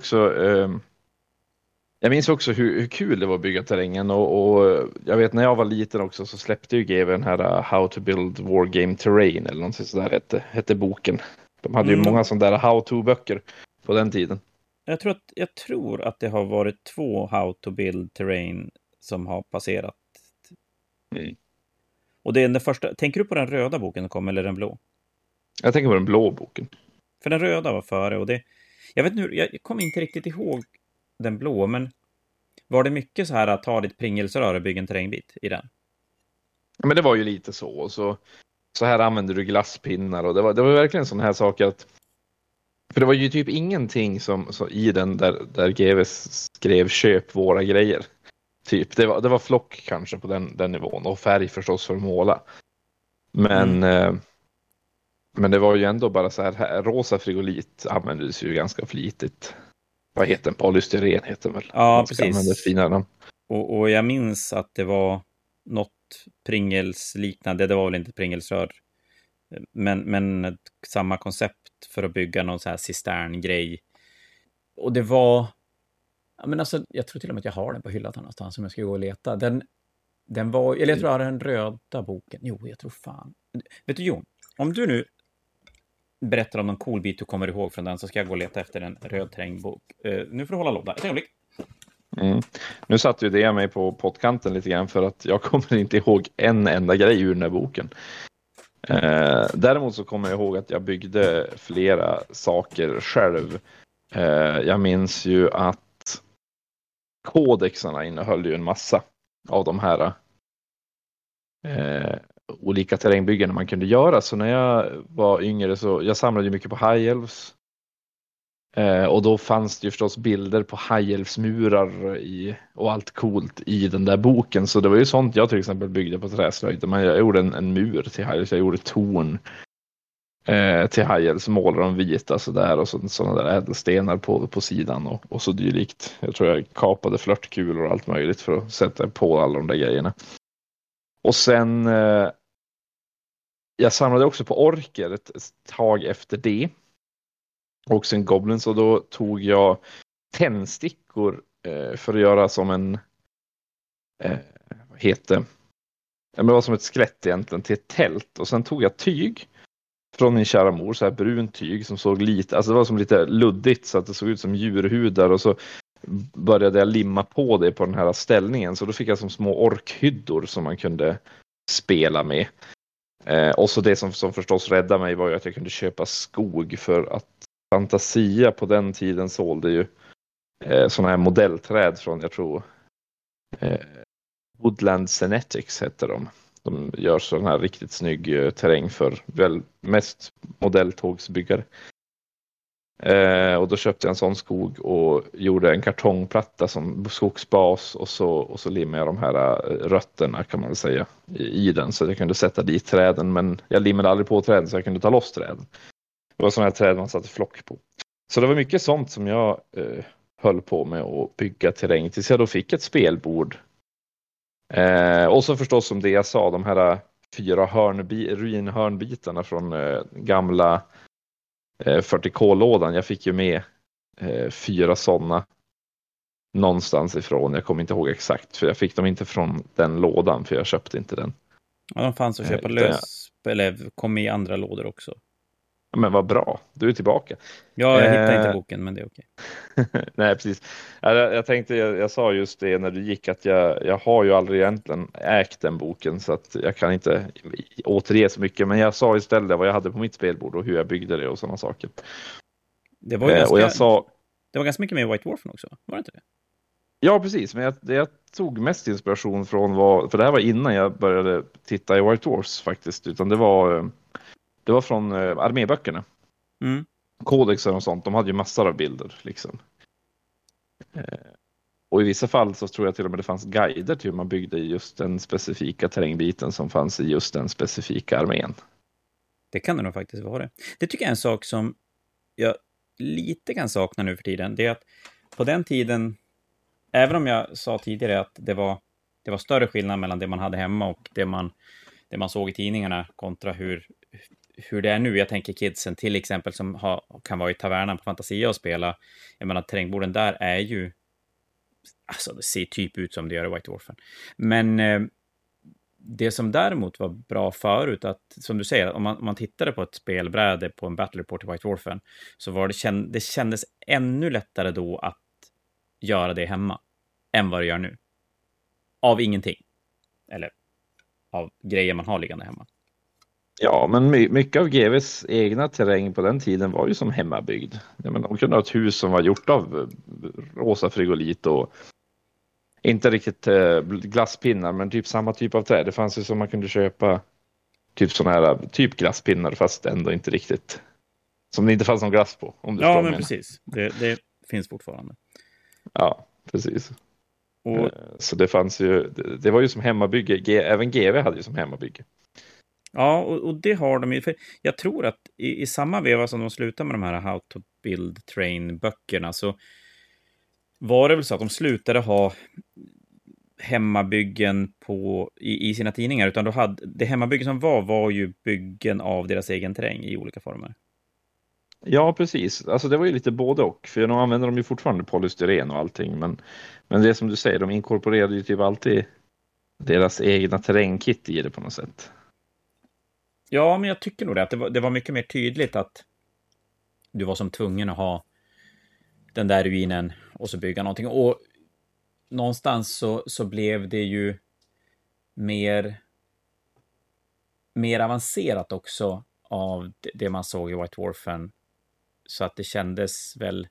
också hur kul det var att bygga terrängen, och jag vet när jag var liten också så släppte ju GW den här How to Build Wargame Terrain eller något sådär hette boken. De hade ju många sådana där how-to-böcker på den tiden. Jag tror att det har varit 2 How to Build Terrain som har passerat. Och det är den första. Tänker du på den röda boken som kom, eller den blå? Jag tänker på den blå boken. För den röda var före, och det... Jag kommer inte riktigt ihåg den blå, men var det mycket så här att ta ditt pringelsrör och bygga en terrängbit i den? Ja, men det var ju lite så. Och så här använde du glasspinnar, och det var verkligen sån här saker att... För det var ju typ ingenting som i den där GW skrev köp våra grejer. Typ, det var flock kanske på den nivån, och färg förstås för att måla. Men det var ju ändå bara så här, rosa frigolit användes ju ganska flitigt. Vad heter den? Polystyren heter den väl? Ja, precis. Finare namn. Och jag minns att det var något Pringles liknande. Det var väl inte Pringelsrör. Men samma koncept för att bygga någon så här cisterngrej. Och det var... Men alltså, jag tror till och med att jag har den på hyllan någonstans som jag ska gå och leta. Den var... Eller jag tror jag har den röda boken. Jo, jag tror fan. Vet du, Jon? Om du nu berättar om någon cool bit du kommer ihåg från den, så ska jag gå och leta efter en röd terrängbok. Nu får du hålla låda. Ett ögonblick. Nu satt ju det mig på pottkanten lite grann, för att jag kommer inte ihåg en enda grej ur den här boken. Däremot så kommer jag ihåg att jag byggde flera saker själv. Jag minns ju att kodexarna innehöll ju en massa av de här olika terrängbyggen man kunde göra. Så när jag var yngre så jag samlade ju mycket på High Elves. Och då fanns det ju förstås bilder på High Elves murar och allt coolt i den där boken. Så det var ju sånt jag till exempel byggde på träslöjd. Jag gjorde en mur till High Elves, jag gjorde torn till High Elves, målade dem vita sådär, och sådana där ädelstenar på sidan och så dylikt. Jag tror jag kapade flörtkulor och allt möjligt för att sätta på alla de där grejerna. Och sen jag samlade också på orker ett tag efter det. Och sen goblins, och då tog jag tändstickor för att göra som en det var som ett skelett egentligen till ett tält. Och sen tog jag tyg från min kära mor, så här brunt tyg som såg lite, alltså det var som lite luddigt så att det såg ut som djurhudar, och så började jag limma på det på den här ställningen, så då fick jag som små orkhyddor som man kunde spela med. Och så det som förstås räddade mig var ju att jag kunde köpa skog, för att Fantasia på den tiden sålde ju sådana här modellträd från, jag tror Woodland Genetics hette de. De gör sån här riktigt snygg terräng för väl mest modelltågsbyggare. Och då köpte jag en sån skog och gjorde en kartongplatta som skogsbas och så limmade jag de här rötterna kan man väl säga i den så att jag kunde sätta dit träden, men jag limmade aldrig på träden så jag kunde ta loss träden. Det var sådana här träd man satte flock på. Så det var mycket sånt som jag höll på med att bygga terräng tills jag då fick ett spelbord. Och så förstås som det jag sa, de här 4 ruinhörnbitarna från gamla 40K-lådan. Jag fick ju med 4 sådana någonstans ifrån. Jag kommer inte ihåg exakt för jag fick dem inte från den lådan för jag köpte inte den. Ja, de fanns att köpa lös eller kom i andra lådor också. Men vad bra, du är tillbaka. Ja, jag hittade inte boken, men det är okej. Nej, precis. Jag tänkte, jag sa just det när du gick att jag har ju aldrig egentligen ägt den boken så att jag kan inte återge så mycket. Men jag sa istället vad jag hade på mitt spelbord och hur jag byggde det och sådana saker. Det var det var ganska mycket med White Dwarfen också, var det inte det? Ja, precis. Men jag tog mest inspiration från för det här var innan jag började titta i White Dwarfs faktiskt, utan det var från arméböckerna. Mm. Kodexer och sånt, de hade ju massor av bilder liksom. Och i vissa fall så tror jag till och med det fanns guider till hur man byggde just den specifika terrängbiten som fanns i just den specifika armén. Det kan det nog faktiskt vara. Det tycker jag är en sak som jag lite kan sakna nu för tiden. Det är att på den tiden, även om jag sa tidigare att det var större skillnad mellan det man hade hemma och det man såg i tidningarna kontra hur det är nu. Jag tänker kidsen till exempel som kan vara i tavernan på Fantasia och spela. Jag menar, terrängborden där är ju alltså det ser typ ut som det gör i White Dwarfen. Men det som däremot var bra förut, att som du säger, om man tittade på ett spelbräde på en Battle Report i White Dwarfen så var det kändes ännu lättare då att göra det hemma än vad det gör nu. Av ingenting. Eller av grejer man har liggande hemma. Ja, men mycket av GVs egna terräng på den tiden var ju som hemmabyggd. Jag menar, de kunde ha ett hus som var gjort av rosa frigolit och inte riktigt glasspinnar, men typ samma typ av träd. Det fanns ju som man kunde köpa typ sådana här typ glasspinnar fast ändå inte riktigt. Som det inte fanns någon glass på. Om du ja, men precis. Det finns fortfarande. Ja, precis. Och så det fanns ju, det var ju som hemmabygge. Även GV hade ju som hemmabygge. Ja, och det har de ju. För jag tror att i samma veva som de slutade med de här How to Build Train-böckerna så var det väl så att de slutade ha hemmabyggen i sina tidningar, utan det hemmabyggen som var ju byggen av deras egen terräng i olika former. Ja, precis. Alltså det var ju lite både och. För de använder de ju fortfarande polystyren och allting. Men det som du säger, de inkorporerade ju typ alltid deras egna terrängkit i det på något sätt. Ja, men jag tycker nog att det var mycket mer tydligt att du var som tvungen att ha den där ruinen och så bygga någonting. Och någonstans så blev det ju mer avancerat också av det man såg i White Dwarfen. Så att det kändes väl...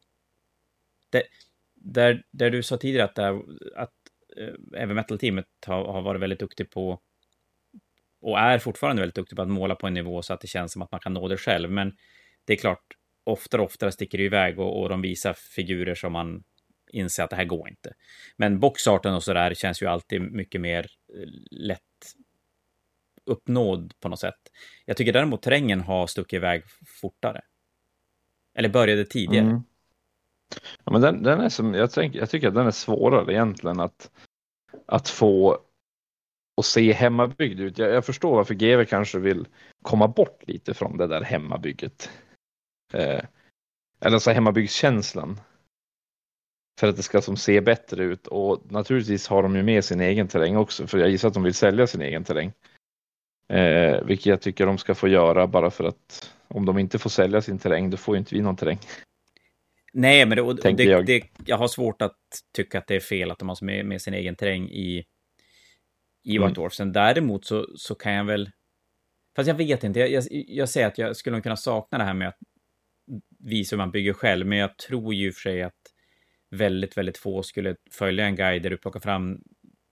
Där du sa tidigare att även Metal-teamet har varit väldigt duktig på och är fortfarande väldigt duktig på att måla på en nivå så att det känns som att man kan nå det själv. Men det är klart, oftare sticker det iväg och de visar figurer som man inser att det här går inte. Men boxarten och sådär känns ju alltid mycket mer lätt uppnådd på något sätt. Jag tycker däremot terrängen har stuckit iväg fortare. Eller började tidigare. Mm. Ja, men den är som, jag tycker att den är svårare egentligen att få och se hemmabyggd ut. Jag förstår varför GW kanske vill komma bort lite från det där hemmabygget. Eller så hemmabyggskänslan. För att det ska som se bättre ut. Och naturligtvis har de ju med sin egen terräng också. För jag gissar att de vill sälja sin egen terräng. Vilket jag tycker de ska få göra bara för att om de inte får sälja sin terräng då får ju inte vi någon terräng. Nej, men jag har svårt att tycka att det är fel att de har med sin egen terräng i White Dwarf. Sen däremot så kan jag väl... Fast jag vet inte. Jag säger att jag skulle kunna sakna det här med att visa hur man bygger själv. Men jag tror ju för sig att väldigt, väldigt få skulle följa en guide där du plockar fram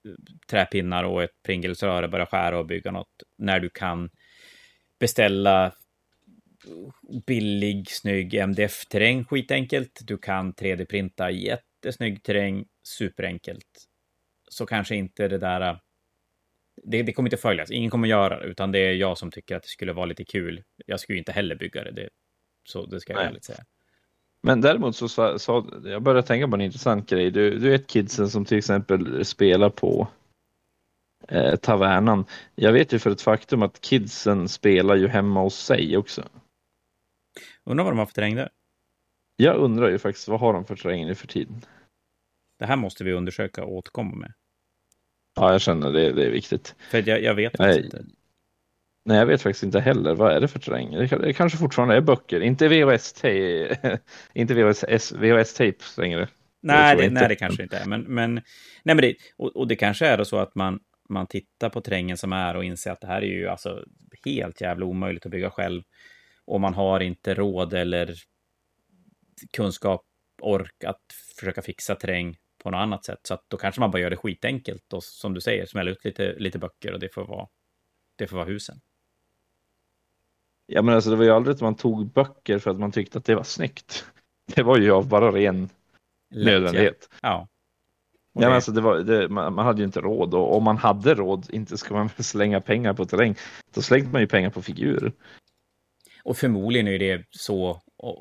träpinnar och ett Pringles-röre, börja skära och bygga något, när du kan beställa billig, snygg MDF-terräng skitenkelt. Du kan 3D-printa jättesnygg terräng superenkelt. Så kanske inte det där... Det kommer inte följas. Ingen kommer göra det, utan det är jag som tycker att det skulle vara lite kul. Jag skulle inte heller bygga det. Så det ska jag ärligt säga. Men däremot så sa jag började tänka på en intressant grej. Du är ett kidsen som till exempel spelar på tavernan. Jag vet ju för ett faktum att kidsen spelar ju hemma hos sig också. Undrar vad de har för terräng där? Jag undrar ju faktiskt, vad har de för terräng nu för tiden? Det här måste vi undersöka och återkomma med. Ja, jag känner det är viktigt. För jag vet faktiskt inte. Nej, jag vet faktiskt inte heller. Vad är det för terräng? Det kanske fortfarande är böcker. Inte VHS-tape inte VHS-tape längre. Nej, det kanske inte är. Men det kanske är då så att man tittar på terrängen som är och inser att det här är ju alltså helt jävla omöjligt att bygga själv. Och man har inte råd eller kunskap, ork att försöka fixa terräng på något annat sätt. Så att då kanske man bara gör det skitenkelt och som du säger, smälla ut lite böcker och det får vara husen. Ja, men alltså det var ju aldrig att man tog böcker för att man tyckte att det var snyggt. Det var ju av bara ren nödvändighet. Ja. Ja, men alltså man hade ju inte råd, och om man hade råd, inte ska man slänga pengar på terräng. Då slängde man ju pengar på figurer. Och förmodligen är det så.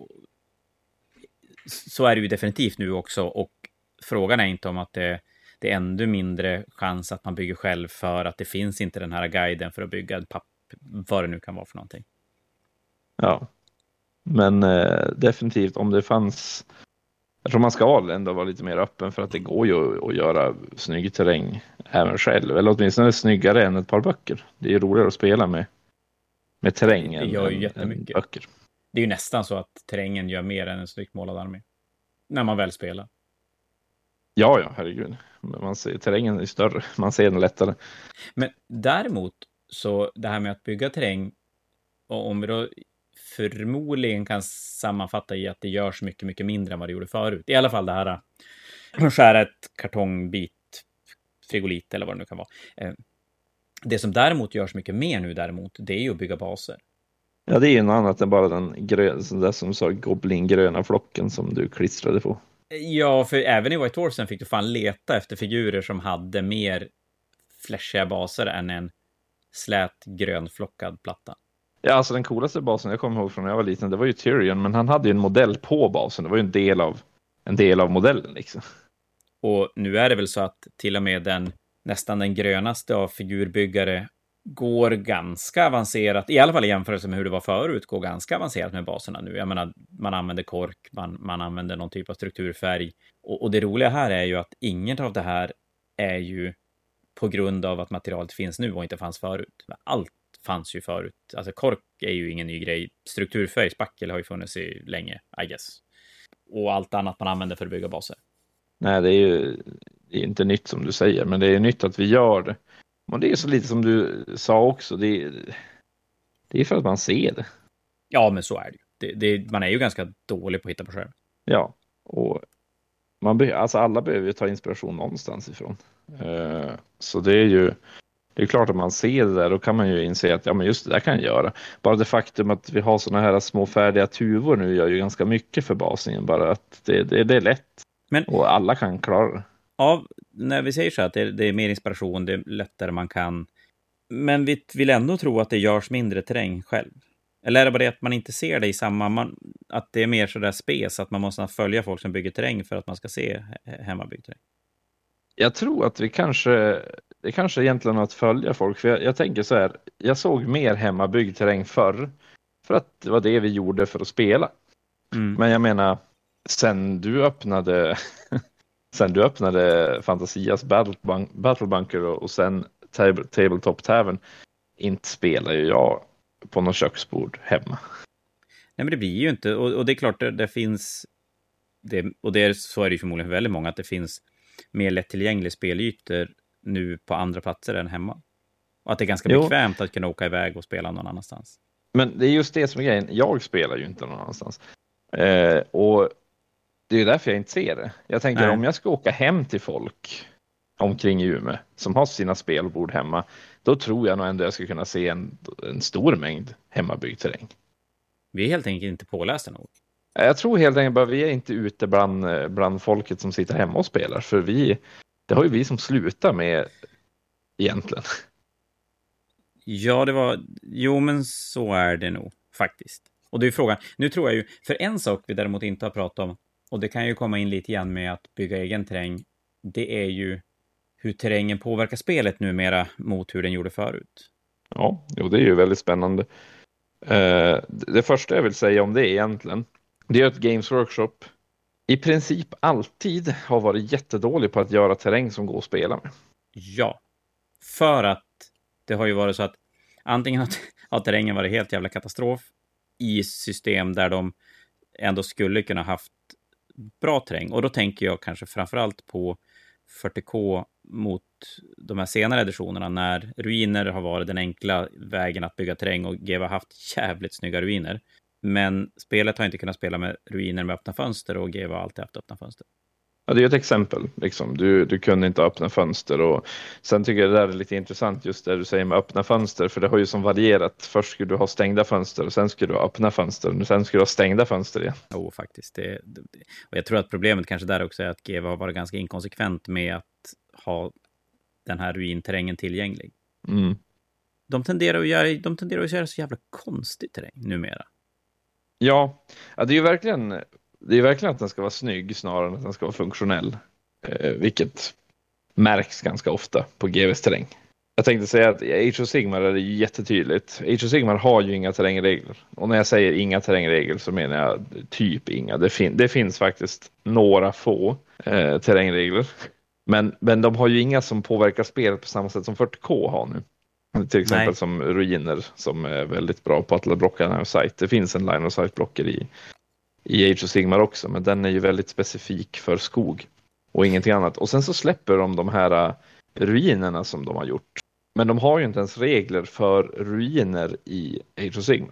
Så är det ju definitivt nu också. Och frågan är inte om att det är ännu mindre chans att man bygger själv för att det finns inte den här guiden för att bygga vad det nu kan vara för någonting. Ja, men definitivt om det fanns... Jag tror man ska ändå vara lite mer öppen för att det går ju att göra snygg terräng även själv. Eller åtminstone snyggare än ett par böcker. Det är ju roligare att spela med terrängen än böcker. Det är ju nästan så att terrängen gör mer än en snyggt målad armé. När man väl spelar. Ja, herregud. Man ser, terrängen är större. Man ser den lättare. Men däremot så det här med att bygga terräng, och om vi då förmodligen kan sammanfatta i att det görs mycket, mycket mindre än vad det gjorde förut. I alla fall det här skära ett kartongbit frigolit eller vad det nu kan vara. Det som däremot görs mycket mer nu däremot, det är ju att bygga baser. Ja, det är ju något annat än bara den där som sa goblin-gröna flocken som du klistrade på. Ja, för även i White Dwarfsen fick du fan leta efter figurer som hade mer flashiga baser än en slät grönflockad platta. Ja, alltså den coolaste basen jag kommer ihåg från när jag var liten, det var ju Tyrion, men han hade ju en modell på basen. Det var ju en del av modellen liksom. Och nu är det väl så att till och med nästan den grönaste av figurbyggare går ganska avancerat, i alla fall i jämförelse med hur det var förut, går ganska avancerat med baserna nu. Jag menar, man använder kork, man använder någon typ av strukturfärg. Och det roliga här är ju att inget av det här är ju på grund av att materialet finns nu och inte fanns förut. Men allt fanns ju förut. Alltså kork är ju ingen ny grej. Strukturfärg, spackel har ju funnits i länge, I guess. Och allt annat man använder för att bygga baser. Nej, det är inte nytt som du säger, men det är nytt att vi gör det. Och det är så lite som du sa också, det är för att man ser det. Ja, men så är det ju. Man är ju ganska dålig på att hitta på själv. Ja, och alltså alla behöver ju ta inspiration någonstans ifrån. Så det är klart att man ser det där, då kan man ju inse att ja, men just det där kan jag göra. Bara det faktum att vi har såna här små färdiga tuvor nu gör ju ganska mycket för basningen, bara att det är lätt. Och alla kan klara det. Ja, när vi säger så att det är mer inspiration, det är lättare man kan. Men vi vill ändå tro att det görs mindre terräng själv. Eller är det bara det att man inte ser det i att det är mer sådär spes, att man måste följa folk som bygger terräng för att man ska se hemmabyggd terräng? Jag tror att det kanske egentligen är att följa folk. För jag tänker så här, jag såg mer hemmabyggd terräng förr. För att det var det vi gjorde för att spela. Mm. Men jag menar, sen du öppnade Fantasias Battle Bunker och sen Tabletop Tavern, inte spelar ju jag på något köksbord hemma. Nej, men det blir ju inte, och det är klart det finns så är det ju förmodligen för väldigt många, att det finns mer lättillgängliga spelytor nu på andra platser än hemma. Och att det är ganska bekvämt att kunna åka iväg och spela någon annanstans. Men det är just det som är grejen. Jag spelar ju inte någon annanstans. Och det är ju därför jag inte ser det. Jag tänker om jag ska åka hem till folk omkring i Umeå som har sina spelbord hemma, då tror jag nog ändå jag ska kunna se en stor mängd hemmabyggd terräng. Vi är helt enkelt inte pålästa nog. Jag tror helt enkelt bara vi är inte ute bland folket som sitter hemma och spelar, för det har ju vi som slutar med egentligen. Ja, jo, men så är det nog faktiskt. Och det är frågan, nu tror jag ju, för en sak vi däremot inte har pratat om, och det kan ju komma in lite grann med att bygga egen terräng, det är ju hur terrängen påverkar spelet numera mot hur den gjorde förut. Ja, jo, det är ju väldigt spännande. Det första jag vill säga om det egentligen, det är att Games Workshop i princip alltid har varit jättedålig på att göra terräng som går att spela med. Ja, för att det har ju varit så att antingen har terrängen varit helt jävla katastrof i system där de ändå skulle kunna haft bra terräng. Och då tänker jag kanske framförallt på 40K mot de här senare editionerna när ruiner har varit den enkla vägen att bygga terräng och GW har haft jävligt snygga ruiner. Men spelet har inte kunnat spela med ruiner med öppna fönster och GW har alltid haft öppna fönster. Ja, det är ett exempel. Liksom. Du kunde inte öppna fönster. Och sen tycker jag det där är lite intressant just det du säger med öppna fönster. För det har ju som varierat. Först skulle du ha stängda fönster och sen skulle du ha öppna fönster. Och sen skulle du ha stängda fönster igen. Jo, faktiskt. Och jag tror att problemet kanske där också är att GW har varit ganska inkonsekvent med att ha den här ruinterrängen tillgänglig. Mm. De tenderar att göra så jävla konstig terräng numera. Ja, det är ju verkligen att den ska vara snygg snarare än att den ska vara funktionell. Vilket märks ganska ofta på GWs terräng. Jag tänkte säga att i Age of Sigmar är det ju jättetydligt. Age of Sigmar har ju inga terrängregler. Och när jag säger inga terrängregler så menar jag typ inga. Det finns faktiskt några få terrängregler. Men de har ju inga som påverkar spelet på samma sätt som 40K har nu. Till exempel Nej. som ruiner som är väldigt bra på att blocka line of sight. Det finns en line of sight blocker i Age of Sigmar också, men den är ju väldigt specifik för skog och ingenting annat. Och sen så släpper de här ruinerna som de har gjort. Men de har ju inte ens regler för ruiner i Age of Sigmar.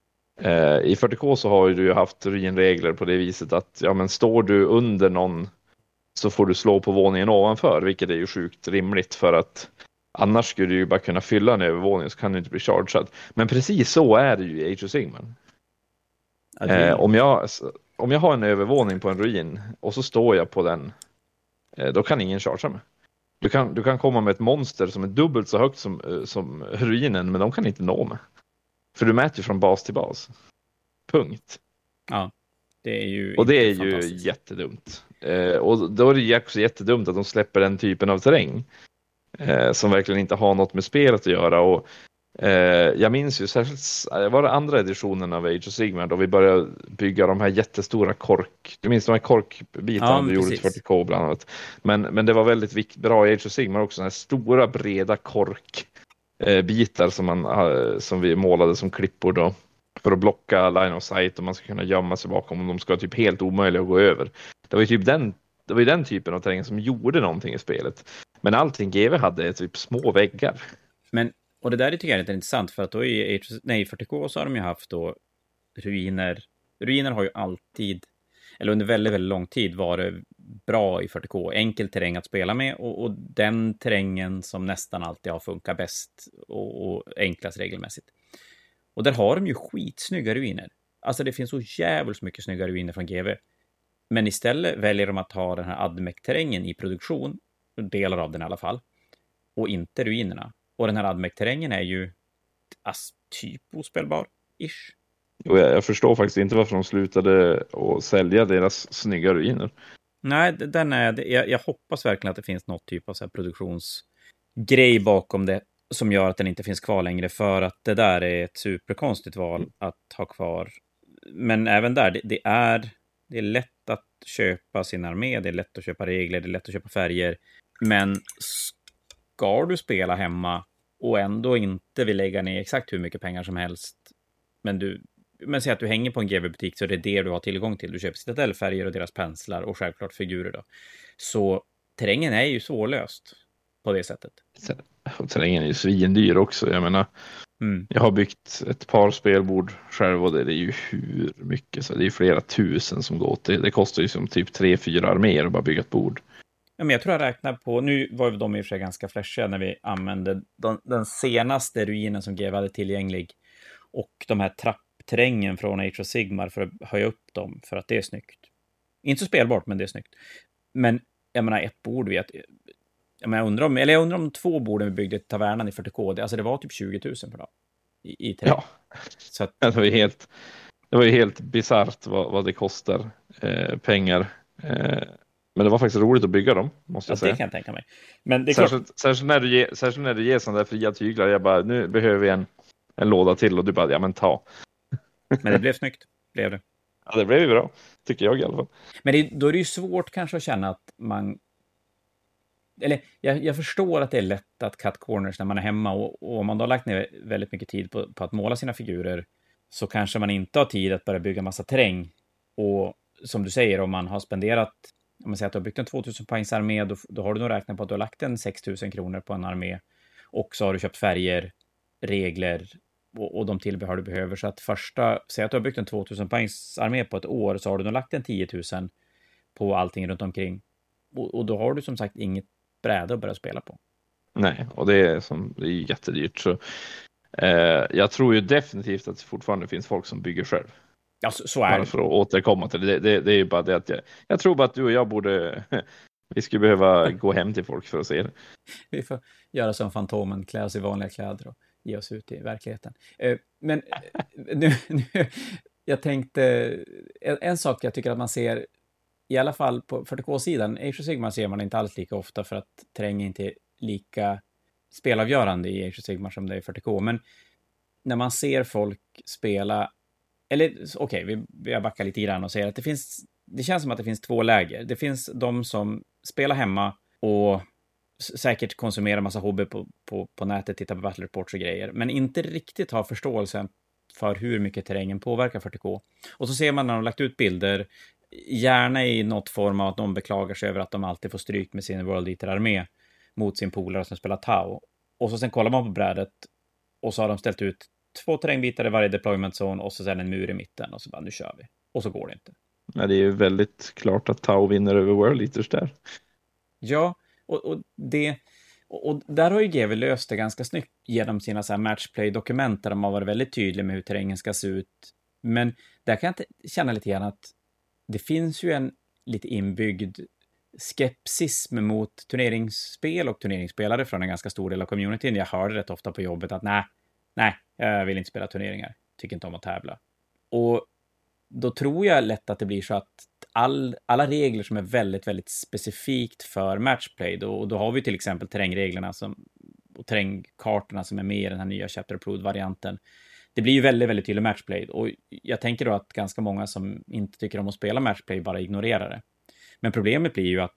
I 40K så har ju du haft ruinregler på det viset att ja, men står du under någon så får du slå på våningen ovanför, vilket är ju sjukt rimligt för att annars skulle du ju bara kunna fylla en övervåning så kan du inte bli chargead. Men precis så är det ju i Age of Sigmar. Om jag har en övervåning på en ruin och så står jag på den, då kan ingen chargea mig. Du kan komma med ett monster som är dubbelt så högt som ruinen, men de kan inte nå mig. För du mäter ju från bas till bas. Punkt. Ja, det är ju och det är ju jättedumt. Och då är det ju också jättedumt att de släpper den typen av terräng. Som verkligen inte har något med spelet att göra. Och jag minns ju särskilt, var det andra editionen av Age of Sigmar då vi började bygga de här jättestora du minns de här korkbitarna du gjorde till 40K bland annat. Men det var väldigt bra i Age of Sigmar också, de här stora breda korkbitar som vi målade som klippor då för att blocka line of sight och man ska kunna gömma sig bakom om de ska typ helt omöjliga att gå över. Det var ju den typen av terräng som gjorde någonting i spelet. Men allting GW hade är typ små väggar. Och det där tycker jag är lite intressant för att då i 40K så har de ju haft då ruiner. Ruiner har ju alltid, eller under väldigt, väldigt lång tid varit bra i 40K. Enkel terräng att spela med och den terrängen som nästan alltid har funkat bäst och enklast regelmässigt. Och där har de ju skitsnygga ruiner. Alltså det finns så jävligt mycket snygga ruiner från GW. Men istället väljer de att ha den här admec-terrängen i produktion, delar av den i alla fall, och inte ruinerna. Och den här admec-terrängen är ju typ ospelbar-ish. Och jag förstår faktiskt inte varför de slutade att sälja deras snygga ruiner. Nej, jag hoppas verkligen att det finns något typ av så här produktionsgrej bakom det som gör att den inte finns kvar längre, för att det där är ett superkonstigt val att ha kvar. Men även där, det är lätt att köpa sin armé, det är lätt att köpa regler, det är lätt att köpa färger. Men ska du spela hemma och ändå inte vill lägga ner exakt hur mycket pengar som helst, men säg att du hänger på en GW-butik så är det du har tillgång till. Du köper Citadel-färger och deras penslar och självklart figurer då. Så terrängen är ju svårlöst på det sättet. Och terrängen är ju svindyr också. Jag menar, jag har byggt ett par spelbord själv och det är ju hur mycket. Så det är flera tusen som går till. Det kostar ju som typ 3-4 arméer att bara bygga ett bord. Ja, men jag tror jag räknar på, nu var ju de i och för sig ganska flashiga när vi använde den senaste ruinen som GW hade tillgänglig. Och de här trappterrängen från Age of Sigmar för att höja upp dem, för att det är snyggt. Inte så spelbart, men det är snyggt. Men jag menar, ett bord vet jag undrar om 2 borden vi byggde till tavernan i 40K, alltså det var typ 20 000 per dag i terräng. Ja, så att, det var ju helt bisarrt vad det kostar pengar. Men det var faktiskt roligt att bygga dem, måste jag säga. Det kan jag tänka mig. Men det är särskilt när du ger sådana där fria tyglar. Jag bara, nu behöver vi en låda till, och du bara, ja men ta. Men det blev snyggt, blev det. Ja, det blev ju bra, tycker jag i alla fall. Men då är det ju svårt kanske att känna att man... Eller jag förstår att det är lätt att cut corners när man är hemma, och om man då har lagt ner väldigt mycket tid på att måla sina figurer, så kanske man inte har tid att börja bygga massa terräng. Och som du säger, om man har spenderat, om man säger att du har byggt en 2000 poängs armé, då har du nog räknat på att du har lagt en 6000 kronor på en armé, och så har du köpt färger, regler och de tillbehör du behöver. Så att säg att du har byggt en 2000 poängs armé på ett år, så har du nog lagt en 10 000 på allting runt omkring. Och då har du som sagt inget bräde att börja spela på. Nej, och det är jättedyrt. Så, jag tror ju definitivt att det fortfarande finns folk som bygger själv. Ja, så är det. För att återkomma till det. Det är ju bara det att jag tror bara att du och jag borde... Vi skulle behöva gå hem till folk för att se det. Vi får göra som Fantomen, klä oss i vanliga kläder och ge oss ut i verkligheten. Men nu, jag tänkte... En sak jag tycker att man ser, i alla fall på 40K-sidan, Age of Sigmar ser man inte alls lika ofta, för att terräng är inte lika spelavgörande i Age of Sigmar som det är i 40K. Men när man ser folk spela... Eller okej, vi backar lite grann och säger att det känns som att det finns 2 läger. Det finns de som spelar hemma och säkert konsumerar massa hobby på nätet, tittar på battle reports och grejer, men inte riktigt har förståelse för hur mycket terrängen påverkar 40K. Och så ser man när de har lagt ut bilder, gärna i något form av att de beklagar sig över att de alltid får stryk med sin World Eater-armé mot sin polare som spelar Tau. Och så sen kollar man på brädet, och så har de ställt ut 2 terrängbitar i varje deployment zone, och så sen en mur i mitten, och så bara, nu kör vi. Och så går det inte. Ja, det är ju väldigt klart att Tau vinner över World Eaters där. Ja, och där har ju GW löst det ganska snyggt genom sina så här matchplay-dokument, där de har varit väldigt tydliga med hur terrängen ska se ut. Men där kan jag känna lite grann att det finns ju en lite inbyggd skepsism mot turneringsspel och turneringsspelare från en ganska stor del av communityn. Jag hörde rätt ofta på jobbet att nej, jag vill inte spela turneringar. Tycker inte om att tävla. Och då tror jag lätt att det blir så att alla regler som är väldigt, väldigt specifikt för matchplay, då har vi till exempel terrängreglerna och terrängkartorna som är med i den här nya Chapter Approved-varianten. Det blir ju väldigt, väldigt tydlig matchplay, och jag tänker då att ganska många som inte tycker om att spela matchplay bara ignorerar det. Men problemet blir ju att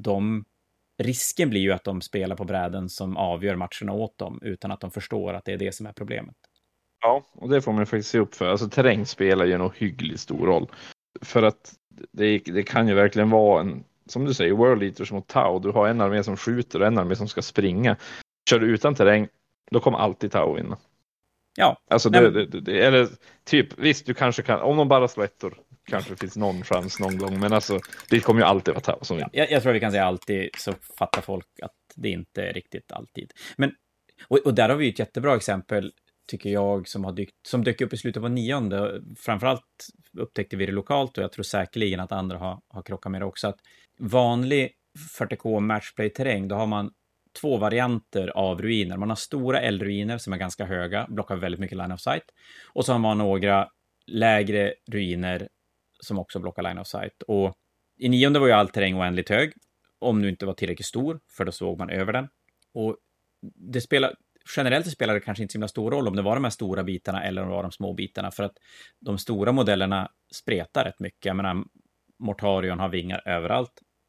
risken blir ju att de spelar på bräden som avgör matcherna åt dem, utan att de förstår att det är det som är problemet. Ja, och det får man faktiskt se upp för. Alltså terräng spelar ju en ohyggligt stor roll. För att det kan ju verkligen vara som du säger, World Eaters mot Tau. Du har en armé som skjuter och en armé som ska springa. Kör du utan terräng, då kommer alltid Tau vinna. Ja. Alltså eller typ, visst du kanske kan, om de bara slår ettor, kanske det finns någon chans någon gång, men alltså det kommer ju alltid vara Tau som vinner. Jag tror vi kan säga alltid, så fattar folk att det inte är riktigt alltid. Men, och där har vi ju ett jättebra exempel, tycker jag, som dök upp i slutet på 9:e. Framförallt upptäckte vi det lokalt, och jag tror säkerligen att andra har krockat med det också, att vanlig 40K matchplay-terräng, då har man 2 varianter av ruiner. Man har stora eldruiner som är ganska höga, blockar väldigt mycket line of sight. Och så har man några lägre ruiner som också blockar line of sight. Och i 9:e var ju all terräng oändligt hög, om nu inte var tillräckligt stor, för då såg man över den. Och generellt spelar det kanske inte så himla stor roll om det var de här stora bitarna eller om det var de små bitarna, för att de stora modellerna spretar rätt mycket. Jag menar, Mortarion har vingar överallt.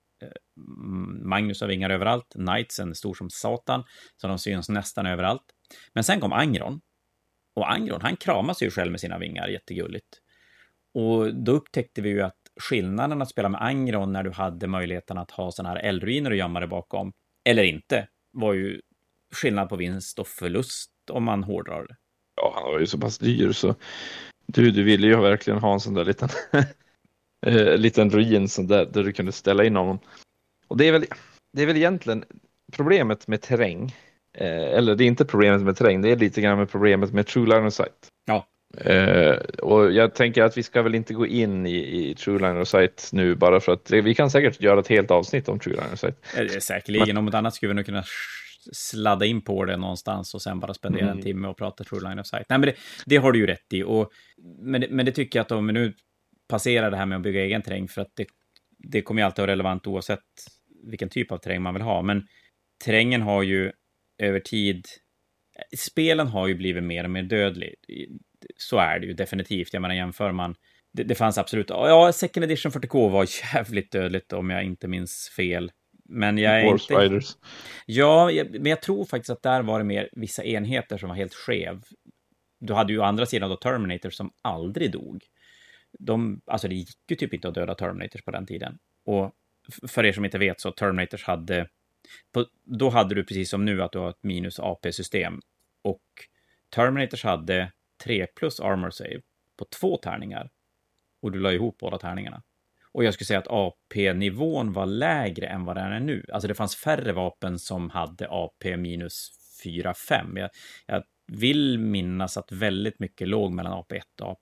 Magnus har vingar överallt. Knights är stor som satan, så de syns nästan överallt. Men sen kom Angron. Och Angron, han kramas ju själv med sina vingar, jättegulligt. Och då upptäckte vi ju att skillnaden att spela med Angron när du hade möjligheten att ha sådana här eldruiner och gömma det bakom, eller inte, var ju skillnad på vinst och förlust om man hårdrar det. Ja, han var ju så pass dyr, så du ville ju verkligen ha en sån där liten ruin så där du kunde ställa in honom. Och det är väl det är väl egentligen problemet med terräng. Eller det är inte problemet med terräng, det är lite grann med problemet med True Line of Sight. Ja. Och jag tänker att vi ska väl inte gå in i True Line of Sight nu, bara för att vi kan säkert göra ett helt avsnitt om True Line of Sight. Säkerligen, om något annat skulle vi nog kunna sladda in på det någonstans och sen bara spendera en timme och prata True Line of Sight. Nej, men det har du ju rätt i. Men det tycker jag att om vi nu passerar det här med att bygga egen terräng, för att det kommer ju alltid vara relevant oavsett vilken typ av terräng man vill ha. Men terrängen har ju över tid... Spelen har ju blivit mer och mer dödlig. Så är det ju definitivt. Jag menar, jämför man... Det fanns absolut... Ja, Second Edition 40K var jävligt dödligt om jag inte minns fel. Men jag är inte... Riders. Ja, men jag tror faktiskt att där var det mer vissa enheter som var helt skev. Du hade ju å andra sidan då Terminator som aldrig dog. Alltså det gick ju typ inte att döda Terminators på den tiden. Och för er som inte vet så Terminators hade... Då hade du precis som nu att du har ett minus AP-system. Och Terminators hade 3+ armor save på 2 tärningar. Och du la ihop båda tärningarna. Och jag skulle säga att AP-nivån var lägre än vad den är nu. Alltså det fanns färre vapen som hade AP minus 4-5. Jag vill minnas att väldigt mycket låg mellan AP1 och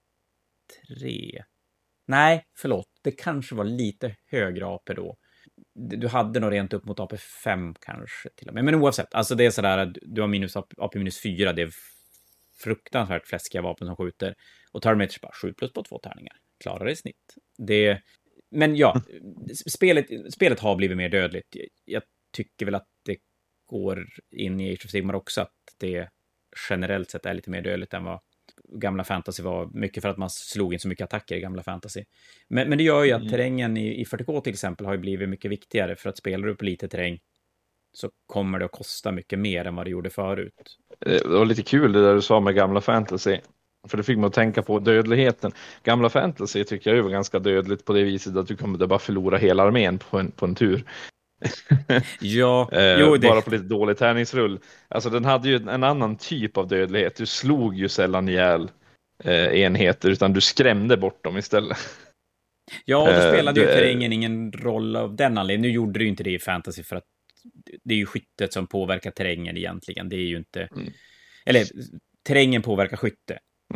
AP3. Nej, förlåt. Det kanske var lite högre AP då. Du hade nog rent upp mot AP5 kanske till och med. Men oavsett, alltså det är sådär att du har minus AP minus 4. Det är fruktansvärt fläskiga vapen som skjuter. Och Terminator bara 7+ på 2 tärningar. Klarar det i snitt. Men ja, spelet har blivit mer dödligt. Jag tycker väl att det går in i Age of Sigmar också, att det generellt sett är lite mer dödligt än vad gamla fantasy var. Mycket för att man slog in så mycket attacker i gamla fantasy. Men det gör ju att terrängen i 40K till exempel har ju blivit mycket viktigare, för att spelar du på lite terräng så kommer det att kosta mycket mer än vad det gjorde förut. Det var lite kul det där du sa med gamla fantasy. För det fick mig att tänka på dödligheten. Gamla fantasy tycker jag var ganska dödligt på det viset att du kommer bara förlora hela armén på en tur. Ja, bara på lite dålig tärningsrull. Alltså den hade ju en annan typ av dödlighet. Du slog ju sällan ihjäl enheter, utan du skrämde bort dem istället. Ja, och då spelade ju terrängen ingen roll av den anledningen. Nu gjorde du ju inte det i fantasy, för att det är ju skyttet som påverkar terrängen egentligen. Det är ju inte... Eller, terrängen påverkar skytte.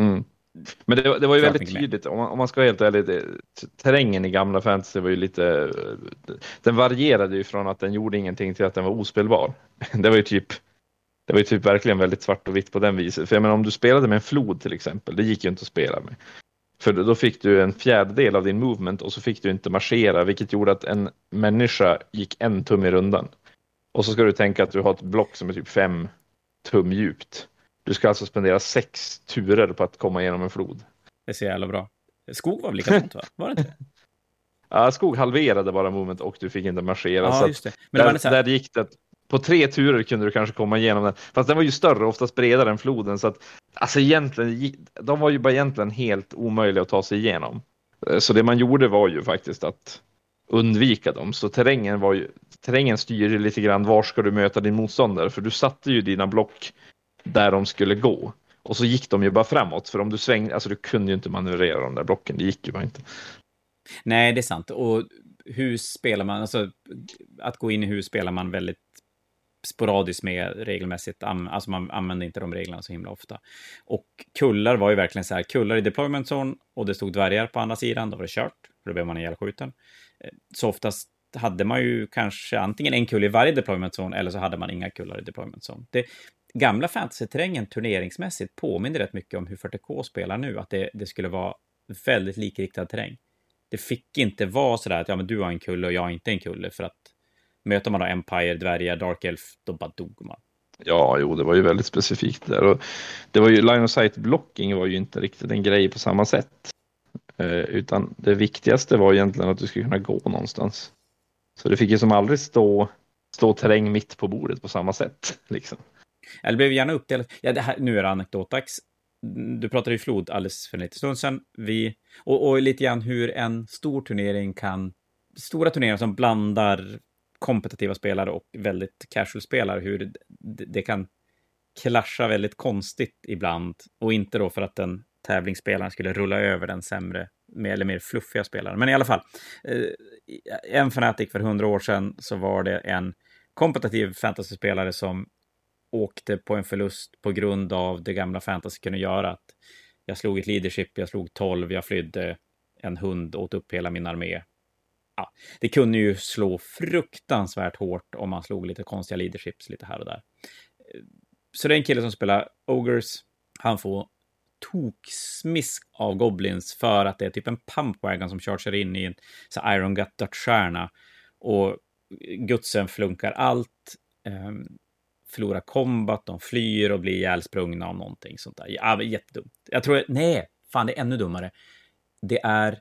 Men det var ju väldigt tydligt, om man ska vara helt ärlig, terrängen i gamla fantasy var ju lite... Den varierade ju från att den gjorde ingenting till att den var ospelbar. Det var ju typ verkligen väldigt svart och vitt på den viset. För jag menar, om du spelade med en flod till exempel, det gick ju inte att spela med. För då fick du en fjärdedel av din movement och så fick du inte marschera, vilket gjorde att en människa gick 1 tum i rundan. Och så ska du tänka att du har ett block som är typ 5 tum djupt. Du ska alltså spendera 6 turer på att komma igenom en flod. Det ser jävla bra. Skog var väl likadant, va? Var det inte? Ja, skog halverade bara movement och du fick inte marschera. Ja, så just det. Men där gick det. På 3 turer kunde du kanske komma igenom den. Fast den var ju större, oftast bredare än floden. Så att, alltså egentligen, de var ju bara egentligen helt omöjliga att ta sig igenom. Så det man gjorde var ju faktiskt att undvika dem. Så terrängen styr ju lite grann var ska du möta din motståndare. För du satte ju dina block där de skulle gå. Och så gick de ju bara framåt. För om du svängde, alltså du kunde ju inte manövrera de där blocken. Det gick ju bara inte. Nej, det är sant. Och hus spelar man, alltså att gå in i hus spelar man väldigt sporadiskt med regelmässigt. Alltså man använder inte de reglerna så himla ofta. Och kullar var ju verkligen så här, kullar i deployment zone och det stod dvärgar på andra sidan, då var det kört. För då blev man ihjälskjuten. Så oftast hade man ju kanske antingen en kull i varje deployment zone eller så hade man inga kullar i deployment zone. Det gamla fantasy-terrängen turneringsmässigt påminner rätt mycket om hur 40K spelar nu. Att det skulle vara väldigt likriktad terräng. Det fick inte vara sådär att ja, men du har en kulle och jag har inte en kulle, för att möter man då Empire, dvärgar, Dark Elf, då bara dog man. Ja, det var ju väldigt specifikt där. Och det var ju line of sight blocking var ju inte riktigt en grej på samma sätt. Utan det viktigaste var egentligen att du skulle kunna gå någonstans. Så det fick ju som aldrig stå terräng mitt på bordet på samma sätt. Liksom. Eller blev gärna uppdelat. Ja, nu är det anekdotax. Du pratade ju flod alldeles för lite stund sedan. Och lite grann hur en stor turnering kan... Stora turneringar som blandar kompetitiva spelare och väldigt casual spelare, hur det kan klascha väldigt konstigt ibland. Och inte då för att den tävlingsspelaren skulle rulla över den sämre mer eller mer fluffiga spelare. Men i alla fall, en Fnatic för 100 år sedan så var det en kompetitiv fantasy-spelare som åkte på en förlust på grund av det gamla fantasy kunde göra. Att jag slog ett leadership, jag slog 12, jag flydde en hund, åt upp hela min armé. Ja, det kunde ju slå fruktansvärt hårt om man slog lite konstiga leaderships lite här och där. Så det är en kille som spelar Ogres. Han får toksmisk av Goblins för att det är typ en pumpwagon som chargear in i en så Iron Gut dödsstjärna. Och gudsen flunkar allt. Förlorar combat, de flyr och blir ihjälsprungna av någonting sånt där. Ja, jättedumt. Jag tror, nej, fan det är ännu dummare. Det är,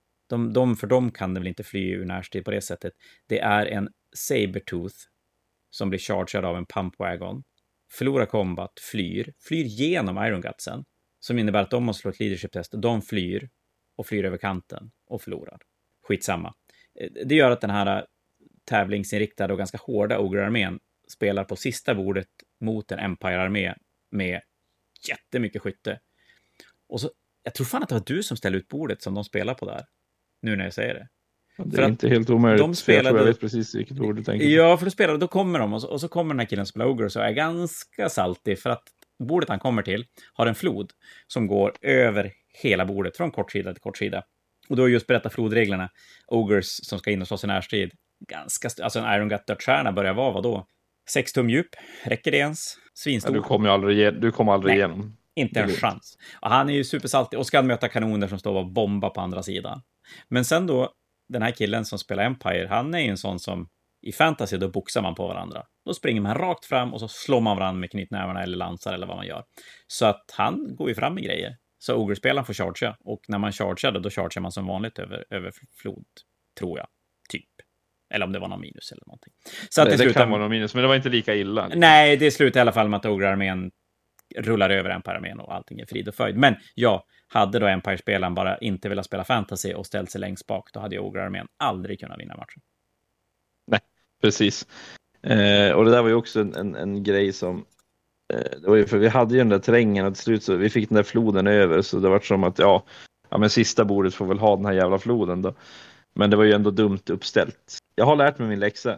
för dem kan det väl inte fly ur närstrid på det sättet. Det är en Sabertooth som blir chargad av en pumpwagon. Förlorar combat, flyr genom Iron Gutsen. Som innebär att de måste slå ett leadership-test. De flyr över kanten och förlorar. Skitsamma. Det gör att den här tävlingsinriktade och ganska hårda Ogre-armén spelar på sista bordet mot en Empire-armé med jättemycket skytte. Och så, jag tror fan att det var du som ställde ut bordet som de spelar på där. Nu när jag säger det. Det är inte helt omöjligt. De spelade, jag tror jag vet precis vilket bord du tänker på. Ja, för då kommer de och så kommer den här killen som spelar Ogre och så är ganska saltig för att bordet han kommer till har en flod som går över hela bordet från kortsida till kortsida. Och då har just berättat flodreglerna. Ogres som ska in och slåss i närstrid. Alltså en Iron Gut dödsstjärna börjar vara vad då? 6 tum djup. Räcker det ens? Svinstor. Ja, du kommer aldrig igenom. Inte en chans. Och han är ju supersaltig och ska möta kanoner som står och bombar på andra sidan. Men sen då, den här killen som spelar Empire, han är ju en sån som i fantasy, då boxar man på varandra. Då springer man rakt fram och så slår man varandra med knytnävarna eller lansar eller vad man gör. Så att han går ju fram i grejer. Så Ogre-spelaren får chargea. Och när man chargear då chargear man som vanligt över flod, tror jag. Typ. Eller om det var någon minus eller någonting. Så att det kan vara någon minus, men det var inte lika illa. Liksom. Nej, det slutar i alla fall med att Ogre-armén rullar över Empire-armén och allting är frid och fröjd. Men ja, hade då Empire-spelaren bara inte velat spela fantasy och ställt sig längst bak, då hade ju Ogre-armén aldrig kunnat vinna matchen. Nej, precis. Och det där var ju också en grej som det var ju, för vi hade ju den där terrängen och till slut så vi fick den där floden över, så det var som att ja men sista bordet får väl ha den här jävla floden då. Men det var ju ändå dumt uppställt. Jag har lärt mig min läxa.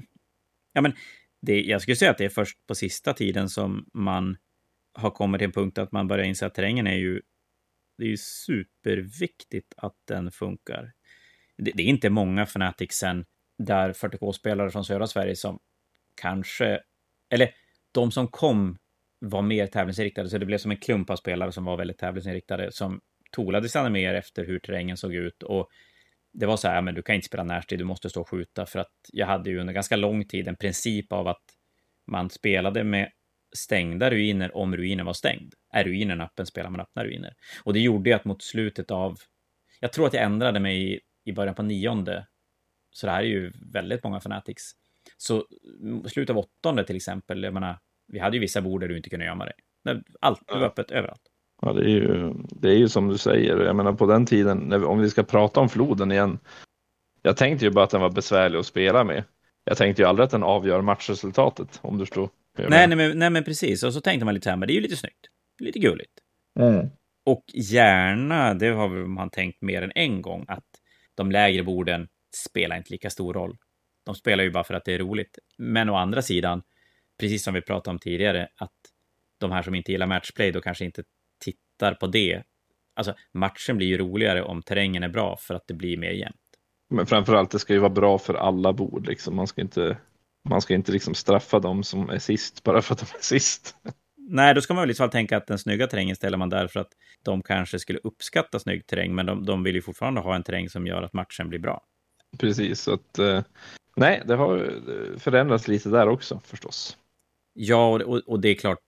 Ja, men jag skulle säga att det är först på sista tiden som man har kommit till en punkt att man börjar inse att terrängen det är ju superviktigt att den funkar. Det är inte många Fnatic sen där 40K-spelare från södra Sverige som kanske, eller de som kom var mer tävlingsinriktade, så det blev som en klump av spelare som var väldigt tävlingsinriktade som tolade sig mer efter hur terrängen såg ut. Och det var så här, men du kan inte spela närstrid, du måste stå och skjuta, för att jag hade ju under ganska lång tid en princip av att man spelade med stängda ruiner om ruinen var stängd. Är ruinen öppen spelar man öppna ruiner. Och det gjorde att mot slutet av, jag tror att jag ändrade mig i början på 9:e, så det här är ju väldigt många Fanatics. Så slutet av 8:e till exempel, jag menar, vi hade ju vissa bord där du inte kunde gömma dig. Allt var öppet överallt. Ja, det är ju som du säger. Jag menar på den tiden, om vi ska prata om floden igen. Jag tänkte ju bara att den var besvärlig att spela med. Jag tänkte ju aldrig att den avgör matchresultatet, om du förstår. Nej, men precis. Och så tänkte man lite här, men det är ju lite snyggt. Lite gulligt. Mm. Och gärna, det har man tänkt mer än en gång, att de lägre borden spelar inte lika stor roll. De spelar ju bara för att det är roligt. Men å andra sidan, precis som vi pratade om tidigare, att de här som inte gillar matchplay då kanske inte tittar på det. Alltså, matchen blir ju roligare om terrängen är bra för att det blir mer jämnt. Men framförallt, det ska ju vara bra för alla bord. Liksom. Man ska inte liksom straffa dem som är sist bara för att de är sist. Nej, då ska man väl i så fall tänka att den snygga terrängen ställer man där för att de kanske skulle uppskatta snygg terräng, men de vill ju fortfarande ha en terräng som gör att matchen blir bra. Precis, så att nej, det har förändrats lite där också förstås. Ja, och det är klart,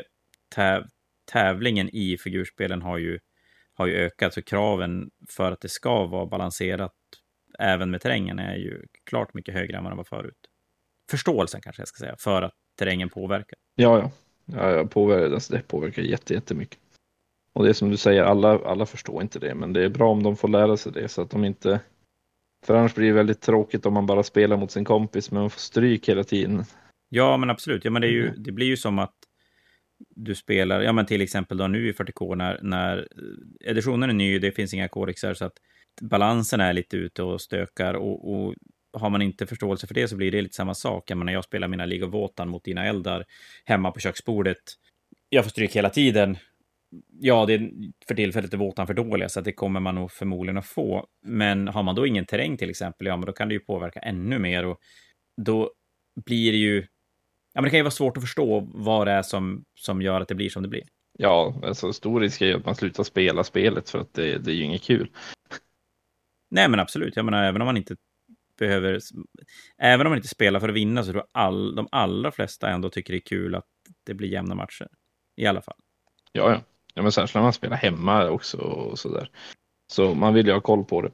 tävlingen i figurspelen har ju ökat, så kraven för att det ska vara balanserat även med terrängen är ju klart mycket högre än vad det var förut. Förståelsen kanske jag ska säga, för att terrängen påverkar. Ja, det påverkar jättemycket. Och det är som du säger, alla förstår inte det, men det är bra om de får lära sig det, så att de inte, för annars blir det väldigt tråkigt om man bara spelar mot sin kompis men man får stryk hela tiden. Ja, men absolut. Ja, men det blir ju som att du spelar, ja men till exempel då nu i 40K när editionen är ny, det finns inga kodexar så att balansen är lite ute och stökar och har man inte förståelse för det så blir det lite samma sak. Jag menar, jag spelar mina League of Wotan mot dina eldar hemma på köksbordet. Jag får stryk hela tiden. Ja, det är för tillfället är Wotan för dåliga så att det kommer man nog förmodligen att få. Men har man då ingen terräng till exempel, ja men då kan det ju påverka ännu mer och då blir det ju, ja men det kan ju vara svårt att förstå vad det är som gör att det blir som det blir. Ja, alltså stor risk är ju att man slutar spela spelet för att det är ju inget kul. Nej men absolut, jag menar även om man inte spelar för att vinna så tror jag de allra flesta ändå tycker det är kul att det blir jämna matcher. I alla fall. Ja, men särskilt när man spelar hemma också och sådär. Så man vill ju ha koll på det.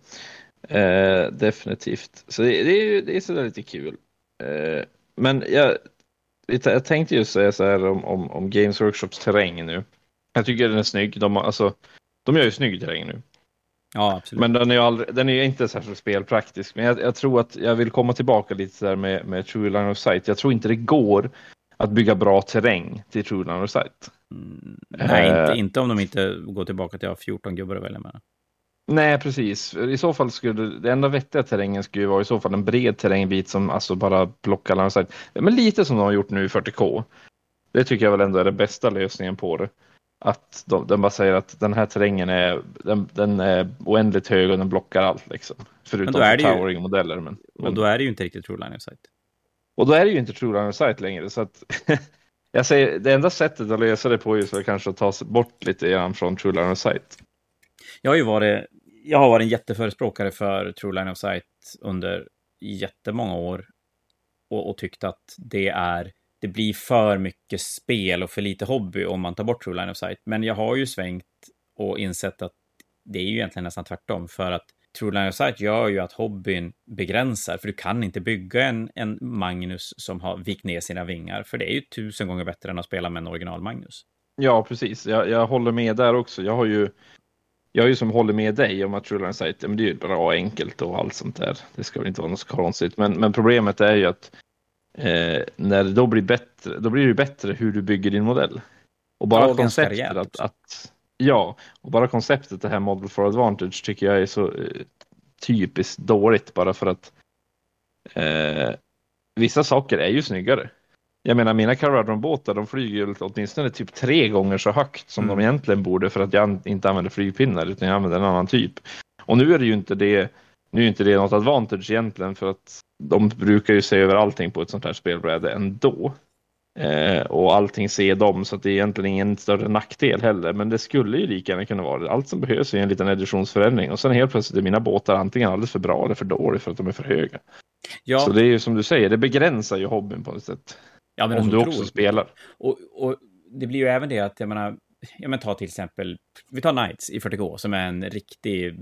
Definitivt. Så det är sådär lite kul. Men jag tänkte ju säga så här om Games Workshops terräng nu. Jag tycker den är snygg. De gör ju snygg terräng nu. Ja, absolut. Men den är ju inte särskilt spelpraktisk. Men jag tror att jag vill komma tillbaka lite där med True Line of Sight. Jag tror inte det går att bygga bra terräng till True Line of Sight. Nej, inte om de inte går tillbaka till att ha 14 gubbar att välja med. Nej, precis. I så fall skulle det enda vettiga terrängen skulle vara i så fall en bred terrängbit som alltså bara blockar Line of Sight. Men lite som de har gjort nu i 40K. Det tycker jag väl ändå är den bästa lösningen på det. Att den bara säger att den här terrängen den är oändligt hög och den blockar allt liksom. Förutom för towering-modeller. Men, och då är det ju inte riktigt True Line of Sight. Och då är det ju inte True Line of Sight längre. Så att jag säger, det enda sättet att lösa det på är så kanske att ta sig bort lite grann från True Line of Sight. Jag har varit en jätteförespråkare för True Line of Sight under jättemånga år. Och tyckt att det blir för mycket spel och för lite hobby om man tar bort True Line of Sight. Men jag har ju svängt och insett att det är ju egentligen nästan tvärtom. För att True Line of Sight gör ju att hobbyn begränsar. För du kan inte bygga en Magnus som har vikt ner sina vingar. För det är ju 1000 gånger bättre än att spela med en original Magnus. Ja, precis. Jag håller med där också. Jag har ju som håller med dig om att True Line of Sight, men det är ju bra och enkelt och allt sånt där. Det ska väl inte vara något så konstigt. Men problemet är ju att när det då blir bättre, då blir det bättre hur du bygger din modell. Och bara konceptet och bara konceptet det här Model for Advantage tycker jag är så typiskt dåligt bara för att vissa saker är ju snyggare. Jag menar, mina Caradron-båtar, de flyger ju åtminstone typ 3 gånger så högt som de egentligen borde för att jag inte använder flygpinnar utan jag använder en annan typ. Och nu är det ju inte det. Nu är inte det något advantage egentligen för att de brukar ju se över allting på ett sånt här spelbräde ändå. Och allting ser dem så att det är egentligen ingen större nackdel heller. Men det skulle ju lika gärna kunna vara det. Allt som behövs är en liten editionsförändring. Och sen helt plötsligt är mina båtar antingen alldeles för bra eller för dåliga för att de är för höga. Ja. Så det är ju som du säger, det begränsar ju hobbyn på något sätt. Ja, men om du också spelar. Och det blir ju även det att, jag menar, ta till exempel, vi tar Knights i 40K som är en riktig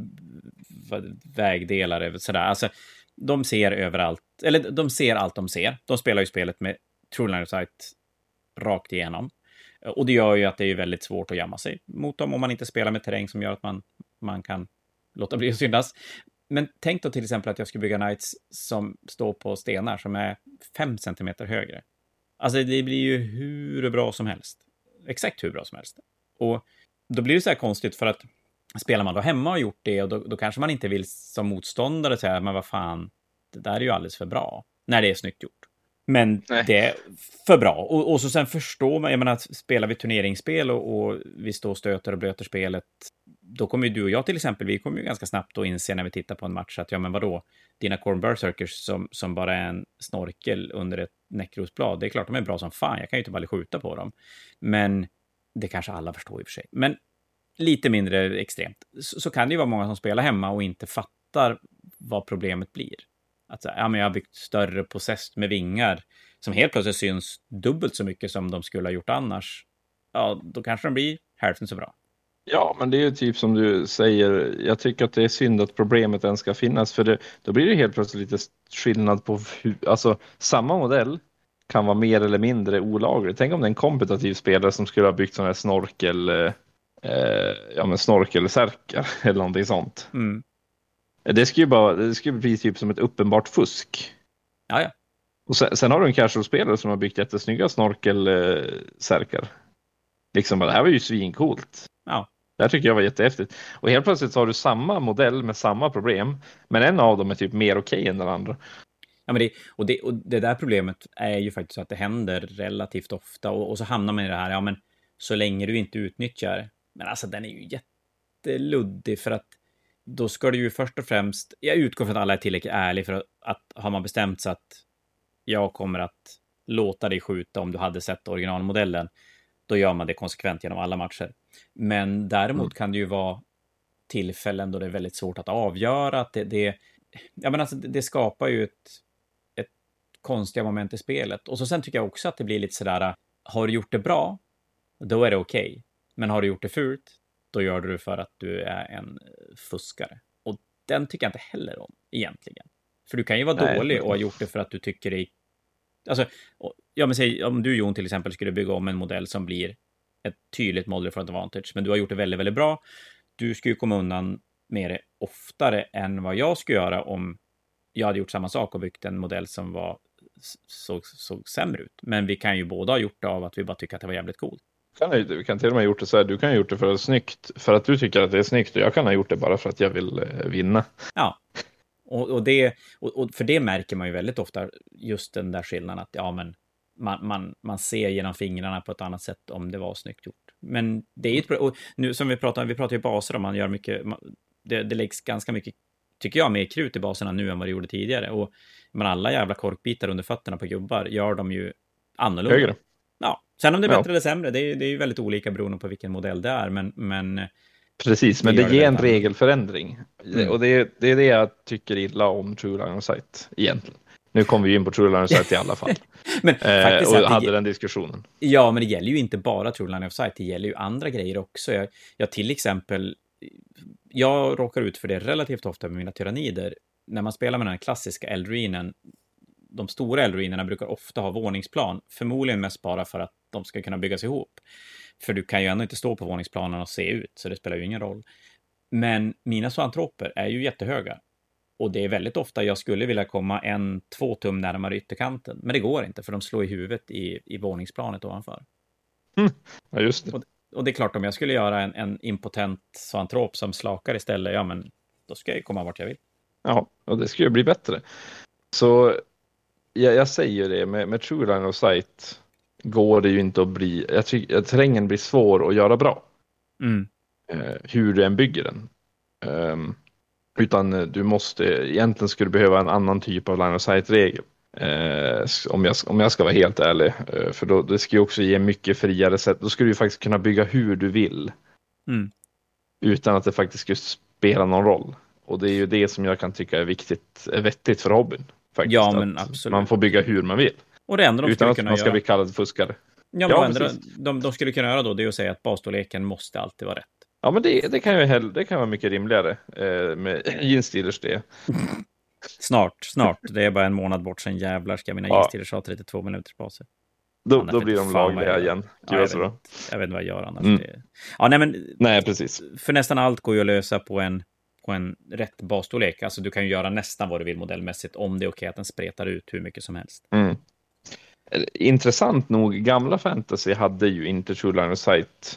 vägdelare. Sådär. Alltså, de ser överallt, eller de ser allt de ser. De spelar ju spelet med True Line of Sight rakt igenom. Och det gör ju att det är väldigt svårt att gömma sig mot dem om man inte spelar med terräng som gör att man kan låta bli att syndas. Men tänk då till exempel att jag ska bygga Knights som står på stenar som är 5 centimeter högre. Alltså det blir ju hur bra som helst. Exakt hur bra som helst. Och då blir det så här konstigt för att spelar man då hemma och gjort det och då kanske man inte vill som motståndare säga men vad fan, det där är ju alldeles för bra. När det är snyggt gjort. Men det är för bra. Och så sen förstår man, jag menar, spelar vi turneringsspel och vi står och stöter och blöter spelet, då kommer ju du och jag till exempel, vi kommer ju ganska snabbt att inse när vi tittar på en match att ja men vadå, dina Khorne Berserkers som bara är en snorkel under ett Necrosblad, det är klart de är bra som fan, jag kan ju inte bara skjuta på dem. Men det kanske alla förstår i och för sig. Men lite mindre extremt. Så kan det ju vara många som spelar hemma och inte fattar vad problemet blir. Att ja, men jag har byggt större possessed med vingar som helt plötsligt syns dubbelt så mycket som de skulle ha gjort annars. Ja, då kanske de blir hälften så bra. Ja, men det är ju typ som du säger. Jag tycker att det är synd att problemet än ska finnas. För då blir det helt plötsligt lite skillnad på hur, alltså samma modell kan vara mer eller mindre olaglig. Tänk om det är en kompetitiv spelare som skulle ha byggt sån här snorkelsärkar eller någonting sånt. Mm. Det skulle bli typ som ett uppenbart fusk. Ja. Och sen har du en casual-spelare som har byggt jättesnygga snorkelsärkar. liksom bara, det här var ju svincoolt. Ja. Det här tycker jag var jättehäftigt. Och helt plötsligt så har du samma modell med samma problem, men en av dem är typ mer okej än den andra. Ja, men det där problemet är ju faktiskt så att det händer relativt ofta och så hamnar man i det här, ja men så länge du inte utnyttjar, men alltså den är ju jätteluddig för att då ska du ju först och främst, jag utgår från att alla är tillräckligt ärliga för att har man bestämt sig att jag kommer att låta dig skjuta om du hade sett originalmodellen, då gör man det konsekvent genom alla matcher. Men däremot kan det ju vara tillfällen då det är väldigt svårt att avgöra att ja men alltså det skapar ju ett konstiga moment i spelet. Och så sen tycker jag också att det blir lite sådär, har du gjort det bra, då är det okej. Men har du gjort det fult, då gör du det för att du är en fuskare. Och den tycker jag inte heller om, egentligen. För du kan ju vara dålig och ha gjort det för att du tycker det är... Alltså, ja men säg, om du Jon till exempel skulle bygga om en modell som blir ett tydligt model for advantage, men du har gjort det väldigt, väldigt bra. Du skulle ju komma undan med det oftare än vad jag skulle göra om jag hade gjort samma sak och byggt en modell som såg sämre ut. Men vi kan ju båda ha gjort det av att vi bara tycker att det var jävligt coolt. Vi kan till och med ha gjort det så här, du kan ha gjort det för att det är snyggt, för att du tycker att det är snyggt, och jag kan ha gjort det bara för att jag vill vinna. Ja, och för det märker man ju väldigt ofta, just den där skillnaden att ja, men man ser genom fingrarna på ett annat sätt om det var snyggt gjort. Men det är ju och nu som vi pratar ju baser, om man gör mycket, det läggs ganska mycket, tycker jag, mer krut i baserna nu än vad det gjorde tidigare. Och men alla jävla korkbitar under fötterna på gubbar gör de ju annorlunda. Högre. Ja, sen om det är bättre eller sämre, det är ju väldigt olika beroende på vilken modell det är, men precis, men det ger en regelförändring. Och det är det jag tycker illa om True Line of Sight egentligen. Nu kommer vi in på True Line of Sight i alla fall. Men faktiskt och hade den diskussionen. Ja, men det gäller ju inte bara True Line of Sight, det gäller ju andra grejer också. Jag till exempel, jag råkar ut för det relativt ofta med mina tyrannider. När man spelar med den här klassiska Eldruinen, de stora Eldruinerna brukar ofta ha våningsplan. Förmodligen mest bara för att de ska kunna byggas ihop. För du kan ju ändå inte stå på våningsplanen och se ut, så det spelar ju ingen roll. Men mina zoantroper är ju jättehöga. Och det är väldigt ofta jag skulle vilja komma 1-2 tum närmare ytterkanten. Men det går inte, för de slår i huvudet i våningsplanet ovanför. Ja, just det. Och det är klart, om jag skulle göra en impotent zoantrop som slakar istället, ja men då ska jag ju komma vart jag vill. Ja, och det ska ju bli bättre. Så jag säger det, med True Line of Sight går det ju inte att bli, jag tycker att terrängen blir svår att göra bra. Hur du än bygger den. Utan du måste, egentligen skulle behöva en annan typ av Line of Sight-regel. Om jag ska vara helt ärlig. För då, det ska ju också ge mycket friare sätt. Då skulle du faktiskt kunna bygga hur du vill. Utan att det faktiskt skulle spela någon roll. Och det är ju det som jag kan tycka är vettigt för hobbyn. Faktiskt, ja, men absolut. Man får bygga hur man vill. Och det enda de utan att kunna man ska bli kallad fuskare. Ja, men de skulle kunna göra då, det är att säga att basstorleken måste alltid vara rätt. Ja, men det kan vara mycket rimligare med Genestealers det. Snart. Det är bara en månad bort sen, jävlar ska mina Genestealers ha 32 minuters baser. Då blir de lagliga igen. Jag vet inte vad jag gör annars. Nej, precis. För nästan allt går ju att lösa på en rätt basstorlek. Alltså du kan ju göra nästan vad du vill modellmässigt om det är okej att den spretar ut hur mycket som helst. Intressant nog, gamla fantasy hade ju inte True Line of Sight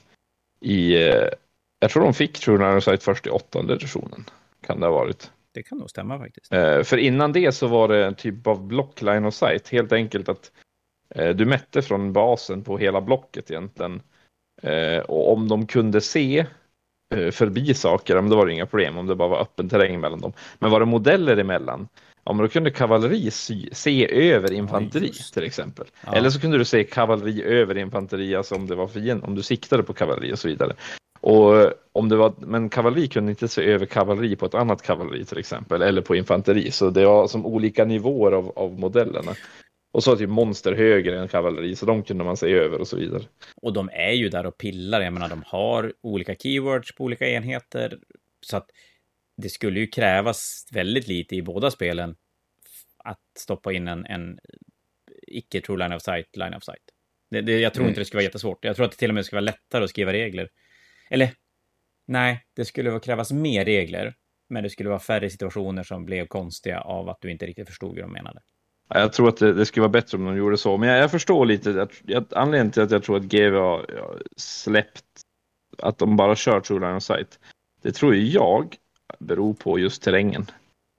jag tror de fick True Line of Sight först i 8:e editionen. Kan det ha varit. Det kan nog stämma faktiskt. För innan det så var det en typ av block Line of Sight. Helt enkelt att du mätte från basen på hela blocket egentligen. Och om de kunde se förbi saker, då var det inga problem om det bara var öppen terräng mellan dem. Men var det modeller emellan, men då kunde kavalleri se över infanteri till exempel. Ja. Eller så kunde du se kavalleri över infanteri, alltså om det var fienden, om du siktade på kavalleri och så vidare. Och men kavalleri kunde inte se över kavalleri på ett annat kavalleri till exempel, eller på infanteri. Så det var som olika nivåer av modellerna. Och så typ monster högre än kavalleri, så de kunde man se över och så vidare. Och de är ju där och pillar, jag menar de har olika keywords på olika enheter. Så att det skulle ju krävas väldigt lite i båda spelen att stoppa in en icke true line of sight. Jag tror inte det skulle vara jättesvårt. Jag tror att det till och med skulle vara lättare att skriva regler. Eller, nej, det skulle krävas mer regler. Men det skulle vara färre situationer som blev konstiga av att du inte riktigt förstod hur de menade. Jag tror att det skulle vara bättre om de gjorde så. Men jag förstår lite anledningen till att jag tror att GW har släppt att de bara kör True Line of Sight. Det tror jag beror på just terrängen.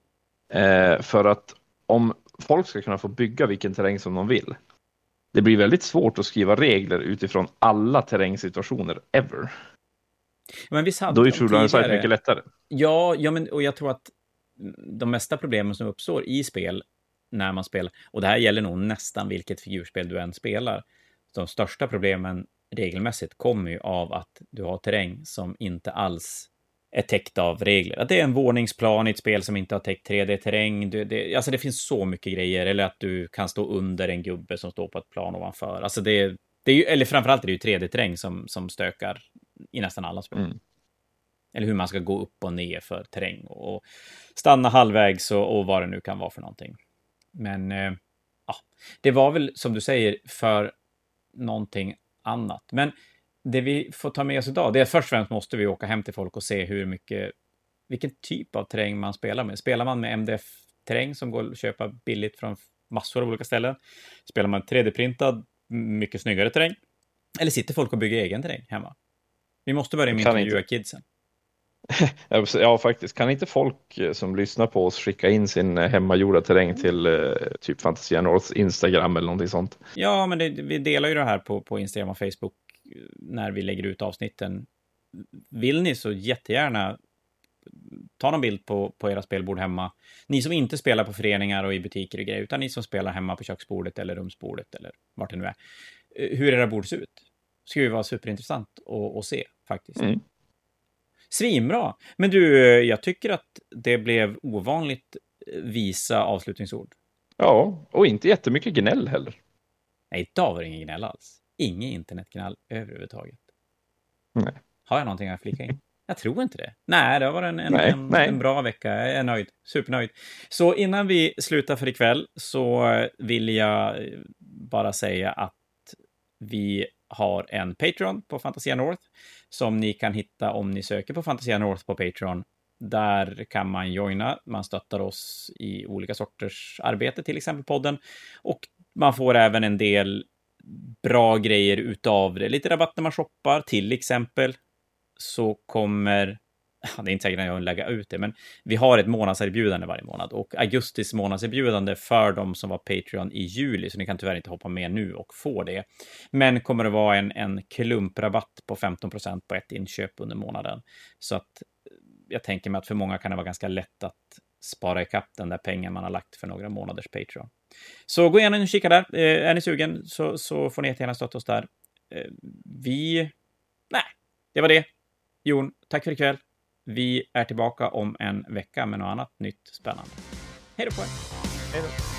För att om folk ska kunna få bygga vilken terräng som de vill, det blir väldigt svårt att skriva regler utifrån alla terrängsituationer ever. Men vi hade då är True Line of Sight mycket lättare. Ja, men och jag tror att de mesta problemen som uppstår i spel när man spelar, och det här gäller nog nästan vilket figurspel du än spelar, de största problemen regelmässigt kommer ju av att du har terräng som inte alls är täckt av regler. Att det är en våningsplan i ett spel som inte har täckt 3D-terräng. Alltså det finns så mycket grejer. Eller att du kan stå under en gubbe som står på ett plan ovanför. Alltså det är ju, eller framförallt är det ju 3D-terräng som stökar i nästan alla spel. Mm. Eller hur man ska gå upp och ner för terräng och stanna halvvägs och vad det nu kan vara för någonting. Men ja, det var väl som du säger för någonting annat. Men det vi får ta med oss idag, det är först och främst måste vi åka hem till folk och se vilken typ av terräng man spelar med. Spelar man med MDF-terräng som går att köpa billigt från massor av olika ställen? Spelar man 3D-printad, mycket snyggare terräng? Eller sitter folk och bygger egen terräng hemma? Vi måste börja med intervjua kidsen. Ja, faktiskt. Kan inte folk som lyssnar på oss skicka in sin hemmagjorda terräng till typ Fantasia Norths Instagram eller någonting sånt? Ja, men vi delar ju det här på Instagram och Facebook när vi lägger ut avsnitten. Vill ni så jättegärna ta någon bild på era spelbord hemma. Ni som inte spelar på föreningar och i butiker och grejer, utan ni som spelar hemma på köksbordet eller rumsbordet eller vart det nu är. Hur era bord ser ut. Det ska ju vara superintressant att se faktiskt. Mm. Svinbra! Men du, jag tycker att det blev ovanligt visa avslutningsord. Ja, och inte jättemycket gnäll heller. Nej, idag var det ingen gnäll alls. Ingen internetgnäll överhuvudtaget. Nej. Har jag någonting att flika in? Jag tror inte det. Nej, det var en bra vecka. Jag är nöjd. Supernöjd. Så innan vi slutar för ikväll så vill jag bara säga att vi har en Patreon på Fantasia North som ni kan hitta om ni söker på Fantasia North på Patreon. Där kan man joina. Man stöttar oss i olika sorters arbete, till exempel podden. Och man får även en del bra grejer utav det. Lite rabatt när man shoppar, till exempel. Så kommer... Det är inte säkert att jag lägger ut det, men vi har ett månadserbjudande varje månad. Och augustis månadserbjudande för de som var Patreon i juli, så ni kan tyvärr inte hoppa med nu och få det. Men kommer det vara en klumprabatt på 15% på ett inköp under månaden. Så att jag tänker mig att för många kan det vara ganska lätt att spara ikapp den där pengen man har lagt för några månaders Patreon. Så gå gärna och kika där. Är ni sugen så får ni gärna stötta oss där. Det var det. Jon, tack för ikväll. Vi är tillbaka om en vecka med något annat nytt spännande. Hej då på er. Hej då.